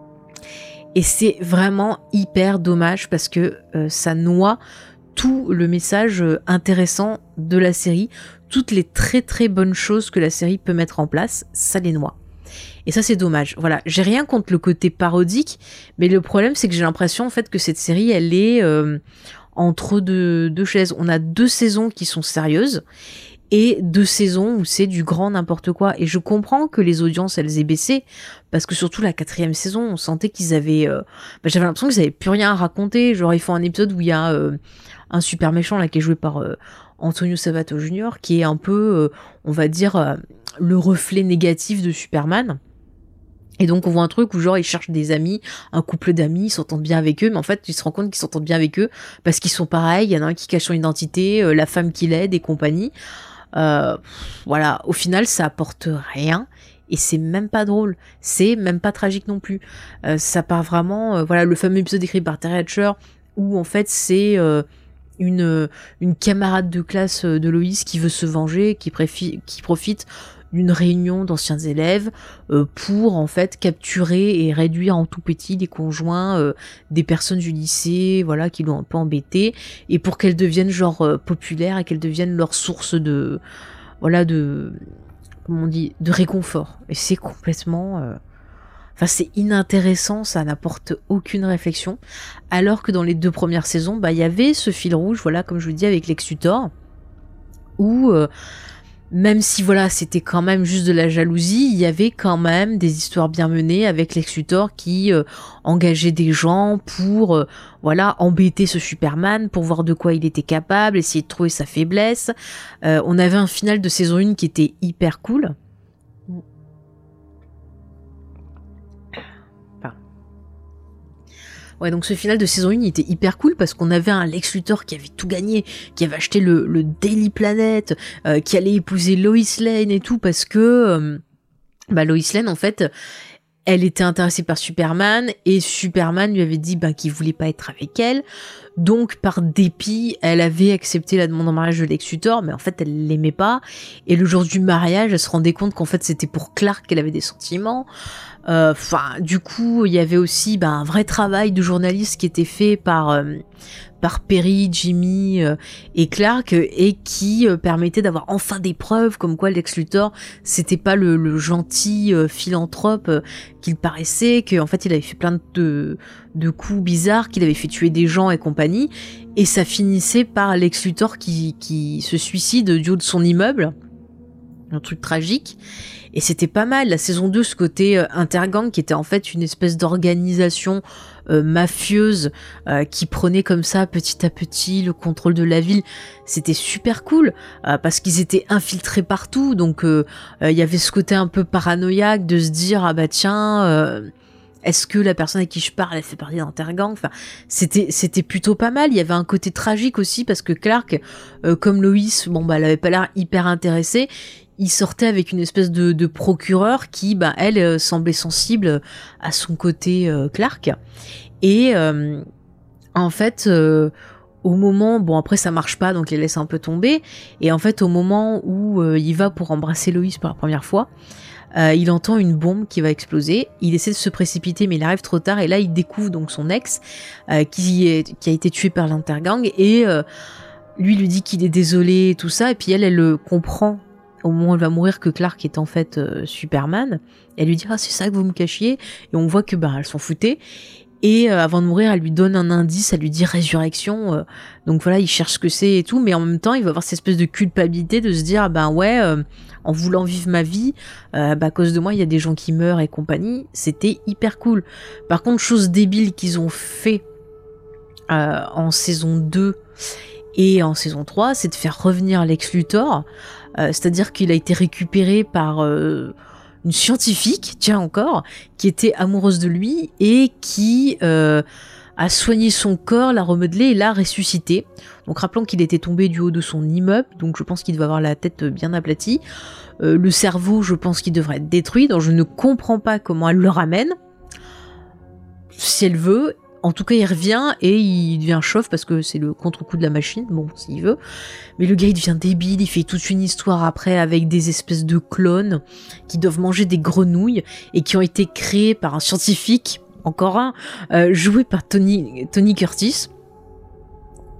Speaker 2: Et c'est vraiment hyper dommage parce que euh, ça noie tout le message euh, intéressant de la série. Toutes les très très bonnes choses que la série peut mettre en place, ça les noie. Et ça, c'est dommage. Voilà, j'ai rien contre le côté parodique, mais le problème, c'est que j'ai l'impression en fait que cette série, elle est... Euh, entre deux, deux chaises. On a deux saisons qui sont sérieuses et deux saisons où c'est du grand n'importe quoi. Et je comprends que les audiences, elles aient baissé, parce que surtout la quatrième saison, on sentait qu'ils avaient... Euh, bah, j'avais l'impression qu'ils avaient plus rien à raconter. Genre, ils font un épisode où il y a euh, un super méchant là qui est joué par euh, Antonio Sabato junior, qui est un peu, euh, on va dire, euh, le reflet négatif de Superman. Et donc on voit un truc où genre ils cherchent des amis, un couple d'amis, ils s'entendent bien avec eux, mais en fait tu te rends compte qu'ils s'entendent bien avec eux parce qu'ils sont pareils, il y en a un qui cache son identité, euh, la femme qui l'aide et compagnie. Euh, voilà, au final ça apporte rien et c'est même pas drôle, c'est même pas tragique non plus. Euh, ça part vraiment, euh, voilà, le fameux épisode écrit par Terry Hatcher où en fait c'est euh, une, une camarade de classe de Loïs qui veut se venger, qui, préfi- qui profite d'une réunion d'anciens élèves euh, pour en fait capturer et réduire en tout petit les conjoints euh, des personnes du lycée, voilà, qui l'ont un peu embêté, et pour qu'elles deviennent genre euh, populaires et qu'elles deviennent leur source de, voilà, de, comment on dit, de réconfort. Et c'est complètement, euh... enfin c'est inintéressant, ça n'apporte aucune réflexion, alors que dans les deux premières saisons, bah il y avait ce fil rouge, voilà, comme je vous dis, avec Lex Luthor, où euh, même si voilà c'était quand même juste de la jalousie, il y avait quand même des histoires bien menées avec Lex Luthor qui euh, engageait des gens pour euh, voilà embêter ce Superman, pour voir de quoi il était capable, essayer de trouver sa faiblesse. Euh, on avait un final de saison un qui était hyper cool. Ouais, donc ce final de saison un, il était hyper cool parce qu'on avait un Lex Luthor qui avait tout gagné, qui avait acheté le, le Daily Planet, euh, qui allait épouser Lois Lane et tout parce que... Euh, bah Lois Lane en fait elle était intéressée par Superman et Superman lui avait dit bah, qu'il voulait pas être avec elle. Donc par dépit, elle avait accepté la demande en mariage de Lex Luthor, mais en fait elle l'aimait pas. Et le jour du mariage, elle se rendait compte qu'en fait c'était pour Clark qu'elle avait des sentiments. Enfin, euh, du coup, il y avait aussi bah, un vrai travail de journaliste qui était fait par euh, par Perry, Jimmy euh, et Clark euh, et qui euh, permettait d'avoir enfin des preuves comme quoi Lex Luthor c'était pas le, le gentil euh, philanthrope euh, qu'il paraissait, qu'en fait il avait fait plein de de coups bizarres, qu'il avait fait tuer des gens et compagnie, et ça finissait par Lex Luthor qui qui se suicide du haut de son immeuble. Un truc tragique. Et c'était pas mal, la saison deux, ce côté euh, intergang qui était en fait une espèce d'organisation euh, mafieuse euh, qui prenait comme ça petit à petit le contrôle de la ville. C'était super cool euh, parce qu'ils étaient infiltrés partout, donc il euh, euh, y avait ce côté un peu paranoïaque de se dire ah bah tiens euh, est-ce que la personne à qui je parle elle fait partie d'Intergang. Enfin, c'était c'était plutôt pas mal. Il y avait un côté tragique aussi parce que Clark, euh, comme Lois, bon bah elle avait pas l'air hyper intéressée. Il sortait avec une espèce de, de procureur qui, bah, elle, euh, semblait sensible à son côté euh, Clark. Et euh, en fait, euh, au moment, bon après ça marche pas, donc il laisse un peu tomber. Et en fait, au moment où euh, il va pour embrasser Lois pour la première fois, euh, il entend une bombe qui va exploser. Il essaie de se précipiter, mais il arrive trop tard. Et là, il découvre donc son ex euh, qui, est, qui a été tué par l'Intergang. Et euh, lui lui dit qu'il est désolé et tout ça. Et puis elle, elle le comprend. Au moment où elle va mourir, que Clark est en fait euh, Superman. Elle lui dit ah c'est ça que vous me cachiez, et on voit que bah elle s'en foutait. Et euh, avant de mourir, elle lui donne un indice, elle lui dit résurrection. Euh, donc voilà, il cherche ce que c'est et tout, mais en même temps, il va avoir cette espèce de culpabilité de se dire ah ben ouais, euh, en voulant vivre ma vie, euh, bah à cause de moi, il y a des gens qui meurent et compagnie. C'était hyper cool. Par contre, chose débile qu'ils ont fait euh, en saison deux et en saison trois, c'est de faire revenir Lex Luthor. Euh, c'est-à-dire qu'il a été récupéré par euh, une scientifique, tiens encore, qui était amoureuse de lui et qui euh, a soigné son corps, l'a remodelé et l'a ressuscité. Donc rappelons qu'il était tombé du haut de son immeuble, donc je pense qu'il devait avoir la tête bien aplatie. Euh, le cerveau, je pense qu'il devrait être détruit, donc je ne comprends pas comment elle le ramène. Si elle veut. En tout cas, il revient et il devient chauve parce que c'est le contre-coup de la machine, bon, s'il veut. Mais le gars, il devient débile, il fait toute une histoire après avec des espèces de clones qui doivent manger des grenouilles et qui ont été créés par un scientifique, encore un, euh, joué par Tony, Tony Curtis. Pourquoi ?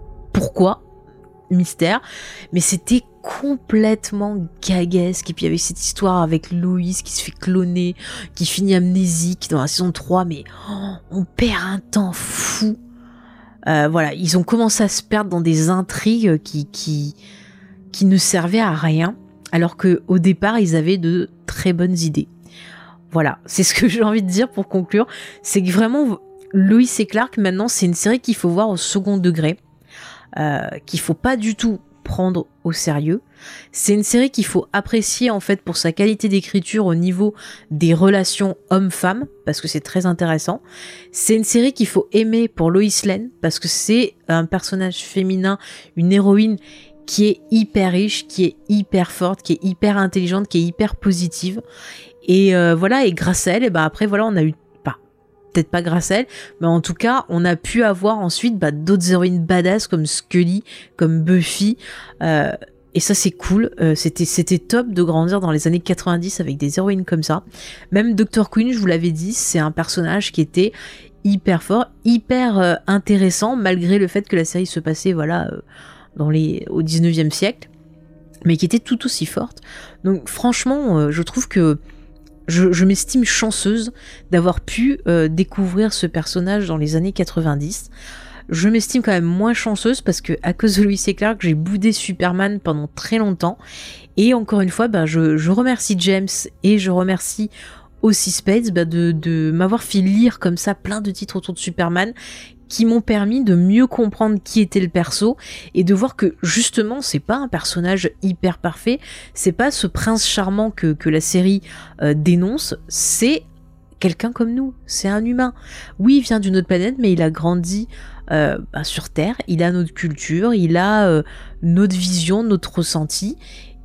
Speaker 2: Mystère. Mais c'était complètement gaguesque. Et puis il y avait cette histoire avec Lois qui se fait cloner, qui finit amnésique dans la saison trois, mais oh, on perd un temps fou. Euh, voilà, ils ont commencé à se perdre dans des intrigues qui, qui, qui ne servaient à rien, alors qu'au départ, ils avaient de très bonnes idées. Voilà, c'est ce que j'ai envie de dire pour conclure. C'est que vraiment, Lois et Clark, maintenant, c'est une série qu'il faut voir au second degré, euh, qu'il faut pas du tout prendre au sérieux. C'est une série qu'il faut apprécier en fait pour sa qualité d'écriture au niveau des relations hommes-femmes, parce que c'est très intéressant. C'est une série qu'il faut aimer pour Lois Lane, parce que c'est un personnage féminin, une héroïne qui est hyper riche, qui est hyper forte, qui est hyper intelligente, qui est hyper positive. Et euh, voilà, et grâce à elle, et ben après voilà, on a eu peut-être pas grâce à elle, mais en tout cas, on a pu avoir ensuite bah, d'autres héroïnes badass comme Scully, comme Buffy, euh, et ça c'est cool, euh, c'était, c'était top de grandir dans les années quatre-vingt-dix avec des héroïnes comme ça. Même docteur Quinn, je vous l'avais dit, c'est un personnage qui était hyper fort, hyper euh, intéressant, malgré le fait que la série se passait voilà, euh, dans les, au dix-neuvième siècle, mais qui était tout aussi forte. Donc franchement, euh, je trouve que Je, je m'estime chanceuse d'avoir pu euh, découvrir ce personnage dans les années quatre-vingt-dix. Je m'estime quand même moins chanceuse parce que à cause de Lois et Clark, j'ai boudé Superman pendant très longtemps. Et encore une fois, bah, je, je remercie James et je remercie aussi Spades bah, de, de m'avoir fait lire comme ça plein de titres autour de Superman qui m'ont permis de mieux comprendre qui était le perso et de voir que justement c'est pas un personnage hyper parfait, c'est pas ce prince charmant que, que la série euh, dénonce, c'est quelqu'un comme nous, c'est un humain. Oui, il vient d'une autre planète, mais il a grandi euh, bah, sur Terre, il a notre culture, il a euh, notre vision, notre ressenti,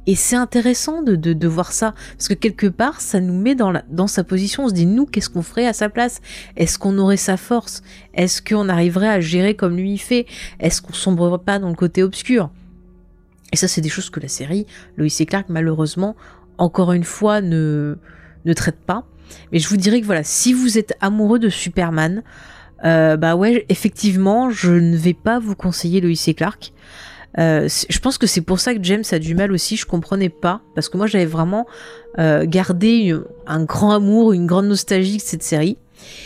Speaker 2: Et c'est intéressant de, de, de voir ça, parce que quelque part, ça nous met dans, la, dans sa position. On se dit, nous, qu'est-ce qu'on ferait à sa place? Est-ce qu'on aurait sa force? Est-ce qu'on arriverait à gérer comme lui il fait? Est-ce qu'on sombrerait pas dans le côté obscur? Et ça, c'est des choses que la série Lois et Clark, malheureusement, encore une fois, ne, ne traite pas. Mais je vous dirais que voilà, si vous êtes amoureux de Superman, euh, bah ouais, effectivement, je ne vais pas vous conseiller Lois et Clark. Euh, je pense que c'est pour ça que James a du mal aussi, je comprenais pas, parce que moi j'avais vraiment euh, gardé un grand amour, une grande nostalgie de cette série.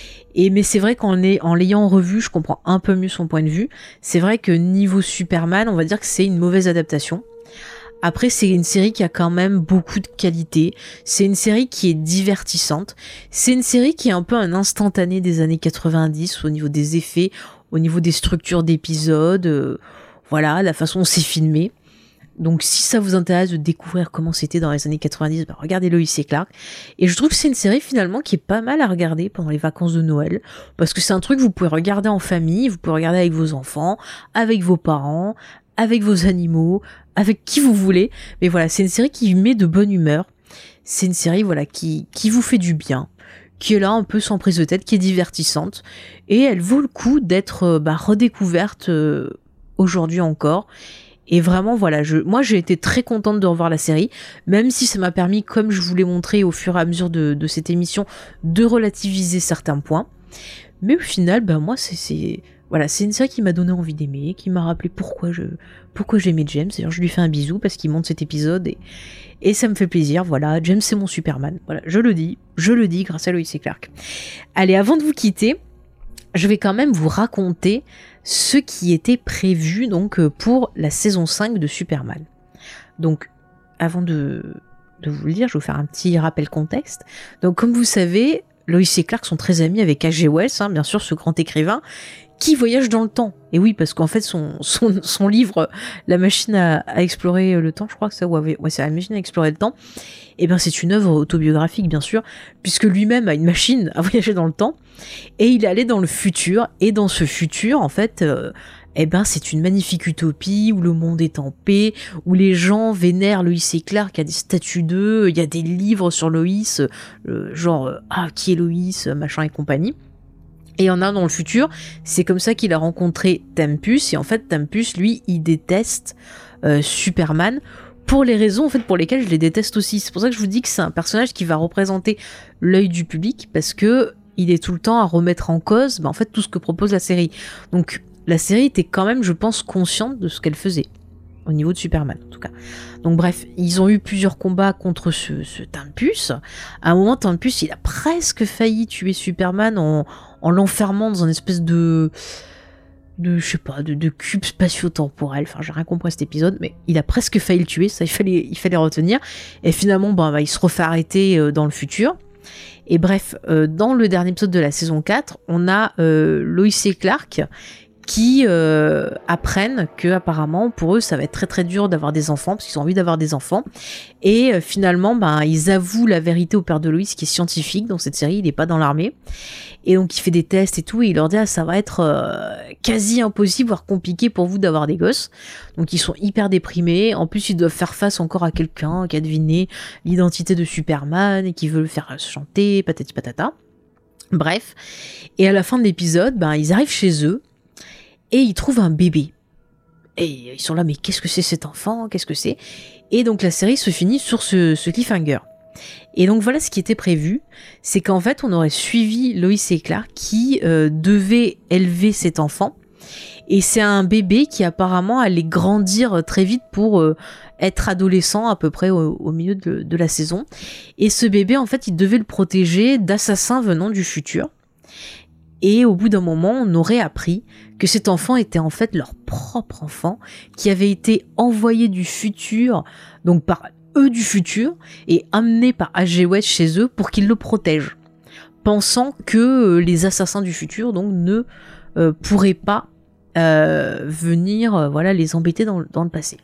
Speaker 2: Et mais c'est vrai qu'en en l'ayant revu, je comprends un peu mieux son point de vue. C'est vrai que niveau Superman, on va dire que c'est une mauvaise adaptation. Après, c'est une série qui a quand même beaucoup de qualité. C'est une série qui est divertissante. C'est une série qui est un peu un instantané des années quatre-vingt-dix au niveau des effets, au niveau des structures d'épisodes. Euh, Voilà, la façon dont c'est filmé. Donc si ça vous intéresse de découvrir comment c'était dans les années quatre-vingt-dix, bah regardez Lois et Clark. Et je trouve que c'est une série finalement qui est pas mal à regarder pendant les vacances de Noël. Parce que c'est un truc que vous pouvez regarder en famille, vous pouvez regarder avec vos enfants, avec vos parents, avec vos animaux, avec qui vous voulez. Mais voilà, c'est une série qui met de bonne humeur. C'est une série voilà qui, qui vous fait du bien, qui est là un peu sans prise de tête, qui est divertissante. Et elle vaut le coup d'être bah, redécouverte euh, aujourd'hui encore. Et vraiment, voilà, je, moi j'ai été très contente de revoir la série, même si ça m'a permis, comme je vous l'ai montré au fur et à mesure de, de cette émission, de relativiser certains points. Mais au final, ben moi, c'est, c'est, voilà, c'est une série qui m'a donné envie d'aimer, qui m'a rappelé pourquoi je, pourquoi j'aimais James. D'ailleurs, je lui fais un bisou parce qu'il monte cet épisode et, et ça me fait plaisir. Voilà, James c'est mon Superman. Voilà, je le dis, je le dis grâce à Lois et Clark. Allez, avant de vous quitter, je vais quand même vous raconter ce qui était prévu donc pour la saison cinq de Superman. Donc, avant de, de vous le dire, je vais vous faire un petit rappel contexte. Donc, comme vous savez, Lois et Clark sont très amis avec H G Wells, hein, bien sûr, ce grand écrivain, qui voyage dans le temps. Et oui, parce qu'en fait, son, son, son livre, La machine à, à explorer le temps, je crois que ça, ouais, ouais, c'est La machine à explorer le temps, et bien c'est une œuvre autobiographique, bien sûr, puisque lui-même a une machine à voyager dans le temps, et il est allé dans le futur, et dans ce futur, en fait, euh, eh ben c'est une magnifique utopie, où le monde est en paix, où les gens vénèrent Lois et Clark, il y a des statues d'eux, il y a des livres sur Lois, euh, genre, euh, ah, qui est Lois, machin et compagnie. Et il y en a dans le futur, c'est comme ça qu'il a rencontré Tempus, et en fait Tempus, lui, il déteste euh, Superman, pour les raisons en fait pour lesquelles je les déteste aussi. C'est pour ça que je vous dis que c'est un personnage qui va représenter l'œil du public, parce que il est tout le temps à remettre en cause bah, en fait tout ce que propose la série. Donc la série était quand même, je pense, consciente de ce qu'elle faisait, au niveau de Superman en tout cas. Donc bref, ils ont eu plusieurs combats contre ce, ce Tempus. À un moment, Tempus, il a presque failli tuer Superman en, en l'enfermant dans une espèce de... de, je sais pas, de, de cube spatio-temporel. Enfin, j'ai rien compris à cet épisode, mais il a presque failli le tuer, ça, il fallait, il fallait retenir. Et finalement, bah, bah, il se refait arrêter euh, dans le futur. Et bref, euh, dans le dernier épisode de la saison quatre, on a euh, Lois et Clark qui euh, apprennent que apparemment pour eux ça va être très très dur d'avoir des enfants parce qu'ils ont envie d'avoir des enfants, et euh, finalement ben ils avouent la vérité au père de Lois qui est scientifique dans cette série, il est pas dans l'armée, et donc il fait des tests et tout, et il leur dit ah, ça va être euh, quasi impossible voire compliqué pour vous d'avoir des gosses. Donc ils sont hyper déprimés, en plus ils doivent faire face encore à quelqu'un qui a deviné l'identité de Superman et qui veut le faire chanter, patati patata. Bref, et à la fin de l'épisode ben ils arrivent chez eux et ils trouvent un bébé. Et ils sont là, mais qu'est-ce que c'est cet enfant? Qu'est-ce que c'est? Et donc la série se finit sur ce, ce cliffhanger. Et donc voilà ce qui était prévu, c'est qu'en fait on aurait suivi Lois et Clark qui euh, devaient élever cet enfant. Et c'est un bébé qui apparemment allait grandir très vite pour euh, être adolescent à peu près au, au milieu de, de la saison. Et ce bébé, en fait, il devait le protéger d'assassins venant du futur. Et au bout d'un moment, on aurait appris que cet enfant était en fait leur propre enfant, qui avait été envoyé du futur, donc par eux du futur, et amené par H G Wells chez eux pour qu'ils le protègent, pensant que les assassins du futur donc ne euh, pourraient pas euh, venir euh, voilà, les embêter dans, dans le passé.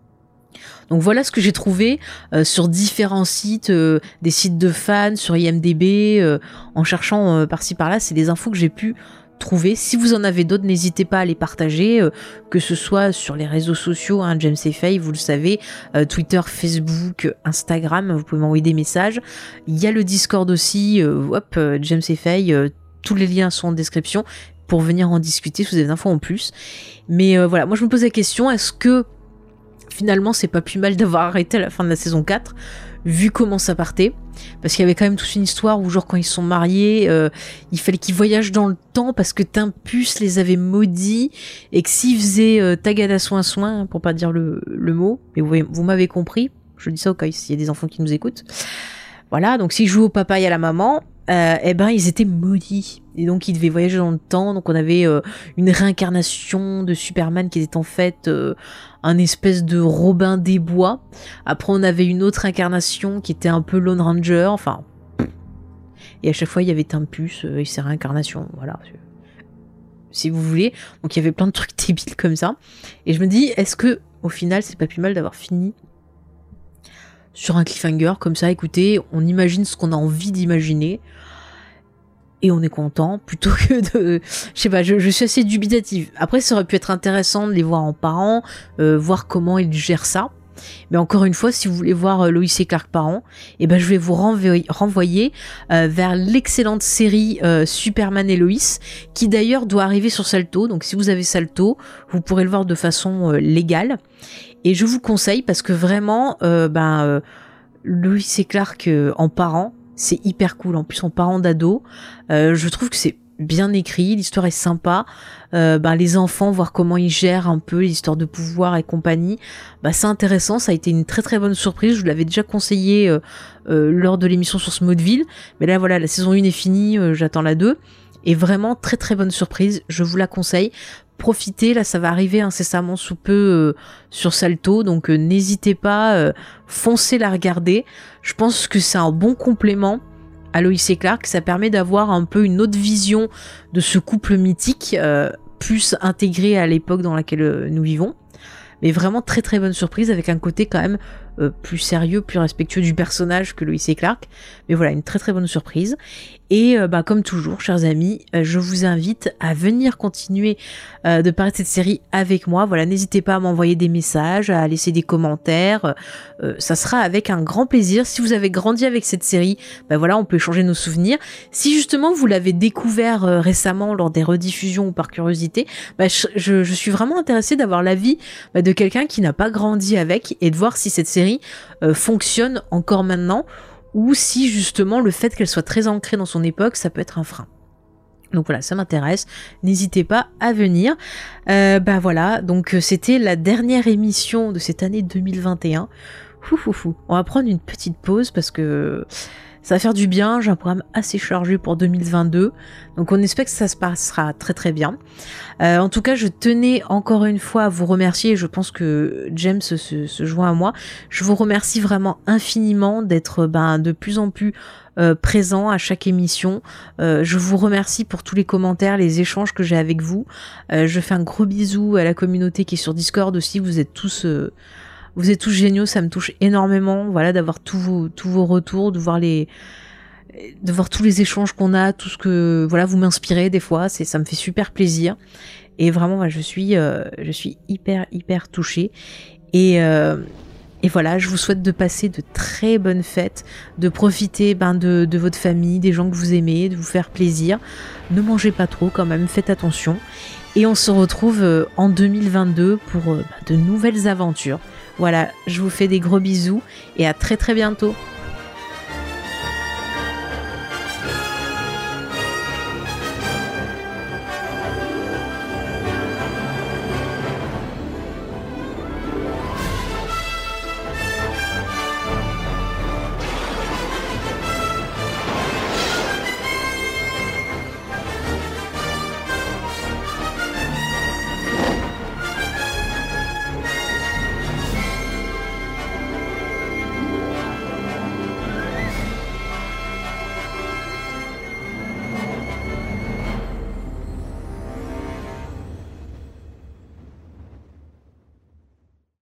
Speaker 2: Donc voilà ce que j'ai trouvé euh, sur différents sites, euh, des sites de fans, sur I M D B, euh, en cherchant euh, par-ci par-là, c'est des infos que j'ai pu trouvé. Si vous en avez d'autres, n'hésitez pas à les partager, euh, que ce soit sur les réseaux sociaux, hein, James et Faye, vous le savez, euh, Twitter, Facebook, Instagram, vous pouvez m'envoyer des messages. Il y a le Discord aussi, euh, hop, euh, James et Faye, euh, tous les liens sont en description pour venir en discuter si vous avez des infos en plus. Mais euh, voilà, moi je me pose la question, est-ce que finalement c'est pas plus mal d'avoir arrêté à la fin de la saison quatre, vu comment ça partait, parce qu'il y avait quand même toute une histoire où genre quand ils sont mariés, euh, il fallait qu'ils voyagent dans le temps parce que Tempus les avait maudits, et que s'ils faisaient euh, tagada soin soin, pour pas dire le, le mot, mais vous, vous m'avez compris, je dis ça au cas où il y a des enfants qui nous écoutent, voilà, donc s'ils jouaient au papa et à la maman, euh, eh ben ils étaient maudits, et donc ils devaient voyager dans le temps, donc on avait euh, une réincarnation de Superman qui était en fait euh, un espèce de Robin des Bois. Après on avait une autre incarnation qui était un peu Lone Ranger, enfin, et à chaque fois il y avait Tempus euh, et ses réincarnations, voilà, si vous voulez, donc il y avait plein de trucs débiles comme ça, et je me dis, est-ce que au final c'est pas plus mal d'avoir fini sur un cliffhanger comme ça, écoutez, on imagine ce qu'on a envie d'imaginer, et on est content, plutôt que de... Je sais pas, je, je suis assez dubitative. Après, ça aurait pu être intéressant de les voir en parents, euh, voir comment ils gèrent ça. Mais encore une fois, si vous voulez voir euh, Lois et Clark parents, eh ben, je vais vous renvoyer, renvoyer euh, vers l'excellente série euh, Superman et Lois, qui d'ailleurs doit arriver sur Salto. Donc si vous avez Salto, vous pourrez le voir de façon euh, légale. Et je vous conseille, parce que vraiment, euh, ben, euh, Lois et Clark euh, en parents, c'est hyper cool. En plus, en parents d'ado, euh, je trouve que c'est bien écrit, l'histoire est sympa. Euh, ben, les enfants, voir comment ils gèrent un peu l'histoire de pouvoir et compagnie, ben, c'est intéressant. Ça a été une très très bonne surprise. Je vous l'avais déjà conseillé euh, euh, lors de l'émission sur Smallville. Mais là, voilà, la saison un est finie, euh, j'attends la deux. Et vraiment, très très bonne surprise. Je vous la conseille. Profitez, là ça va arriver incessamment sous peu euh, sur Salto, donc euh, n'hésitez pas, euh, foncez la regarder. Je pense que c'est un bon complément à Lois et Clark, ça permet d'avoir un peu une autre vision de ce couple mythique, euh, plus intégré à l'époque dans laquelle euh, nous vivons. Mais vraiment très très bonne surprise, avec un côté quand même euh, plus sérieux, plus respectueux du personnage que Lois et Clark. Mais voilà, une très très bonne surprise. Et euh, bah, comme toujours, chers amis, euh, je vous invite à venir continuer euh, de parler de cette série avec moi. Voilà, n'hésitez pas à m'envoyer des messages, à laisser des commentaires. Euh, ça sera avec un grand plaisir. Si vous avez grandi avec cette série, bah voilà, on peut échanger nos souvenirs. Si justement vous l'avez découvert euh, récemment lors des rediffusions ou par curiosité, bah, je, je, je suis vraiment intéressée d'avoir l'avis bah, de quelqu'un qui n'a pas grandi avec, et de voir si cette série euh, fonctionne encore maintenant, ou si justement le fait qu'elle soit très ancrée dans son époque, ça peut être un frein. Donc voilà, ça m'intéresse, n'hésitez pas à venir. Euh, bah voilà, donc c'était la dernière émission de cette année deux mille vingt et un. Fou, fou, fou. On va prendre une petite pause parce que ça va faire du bien, j'ai un programme assez chargé pour deux mille vingt-deux, donc on espère que ça se passera très très bien. Euh, en tout cas, je tenais encore une fois à vous remercier, et je pense que James se, se joint à moi. Je vous remercie vraiment infiniment d'être ben, de plus en plus euh, présent à chaque émission. Euh, je vous remercie pour tous les commentaires, les échanges que j'ai avec vous. Euh, je fais un gros bisou à la communauté qui est sur Discord aussi, vous êtes tous... Euh, Vous êtes tous géniaux, ça me touche énormément, voilà, d'avoir tous vos, tous vos retours, de voir les, de voir tous les échanges qu'on a, tout ce que, voilà, vous m'inspirez des fois, c'est, ça me fait super plaisir. Et vraiment, voilà, je suis, euh, je suis hyper, hyper touchée. Et, euh, et voilà, je vous souhaite de passer de très bonnes fêtes, de profiter, ben, de, de votre famille, des gens que vous aimez, de vous faire plaisir. Ne mangez pas trop quand même, faites attention. Et on se retrouve en deux mille vingt-deux pour euh, de nouvelles aventures. Voilà, je vous fais des gros bisous et à très très bientôt.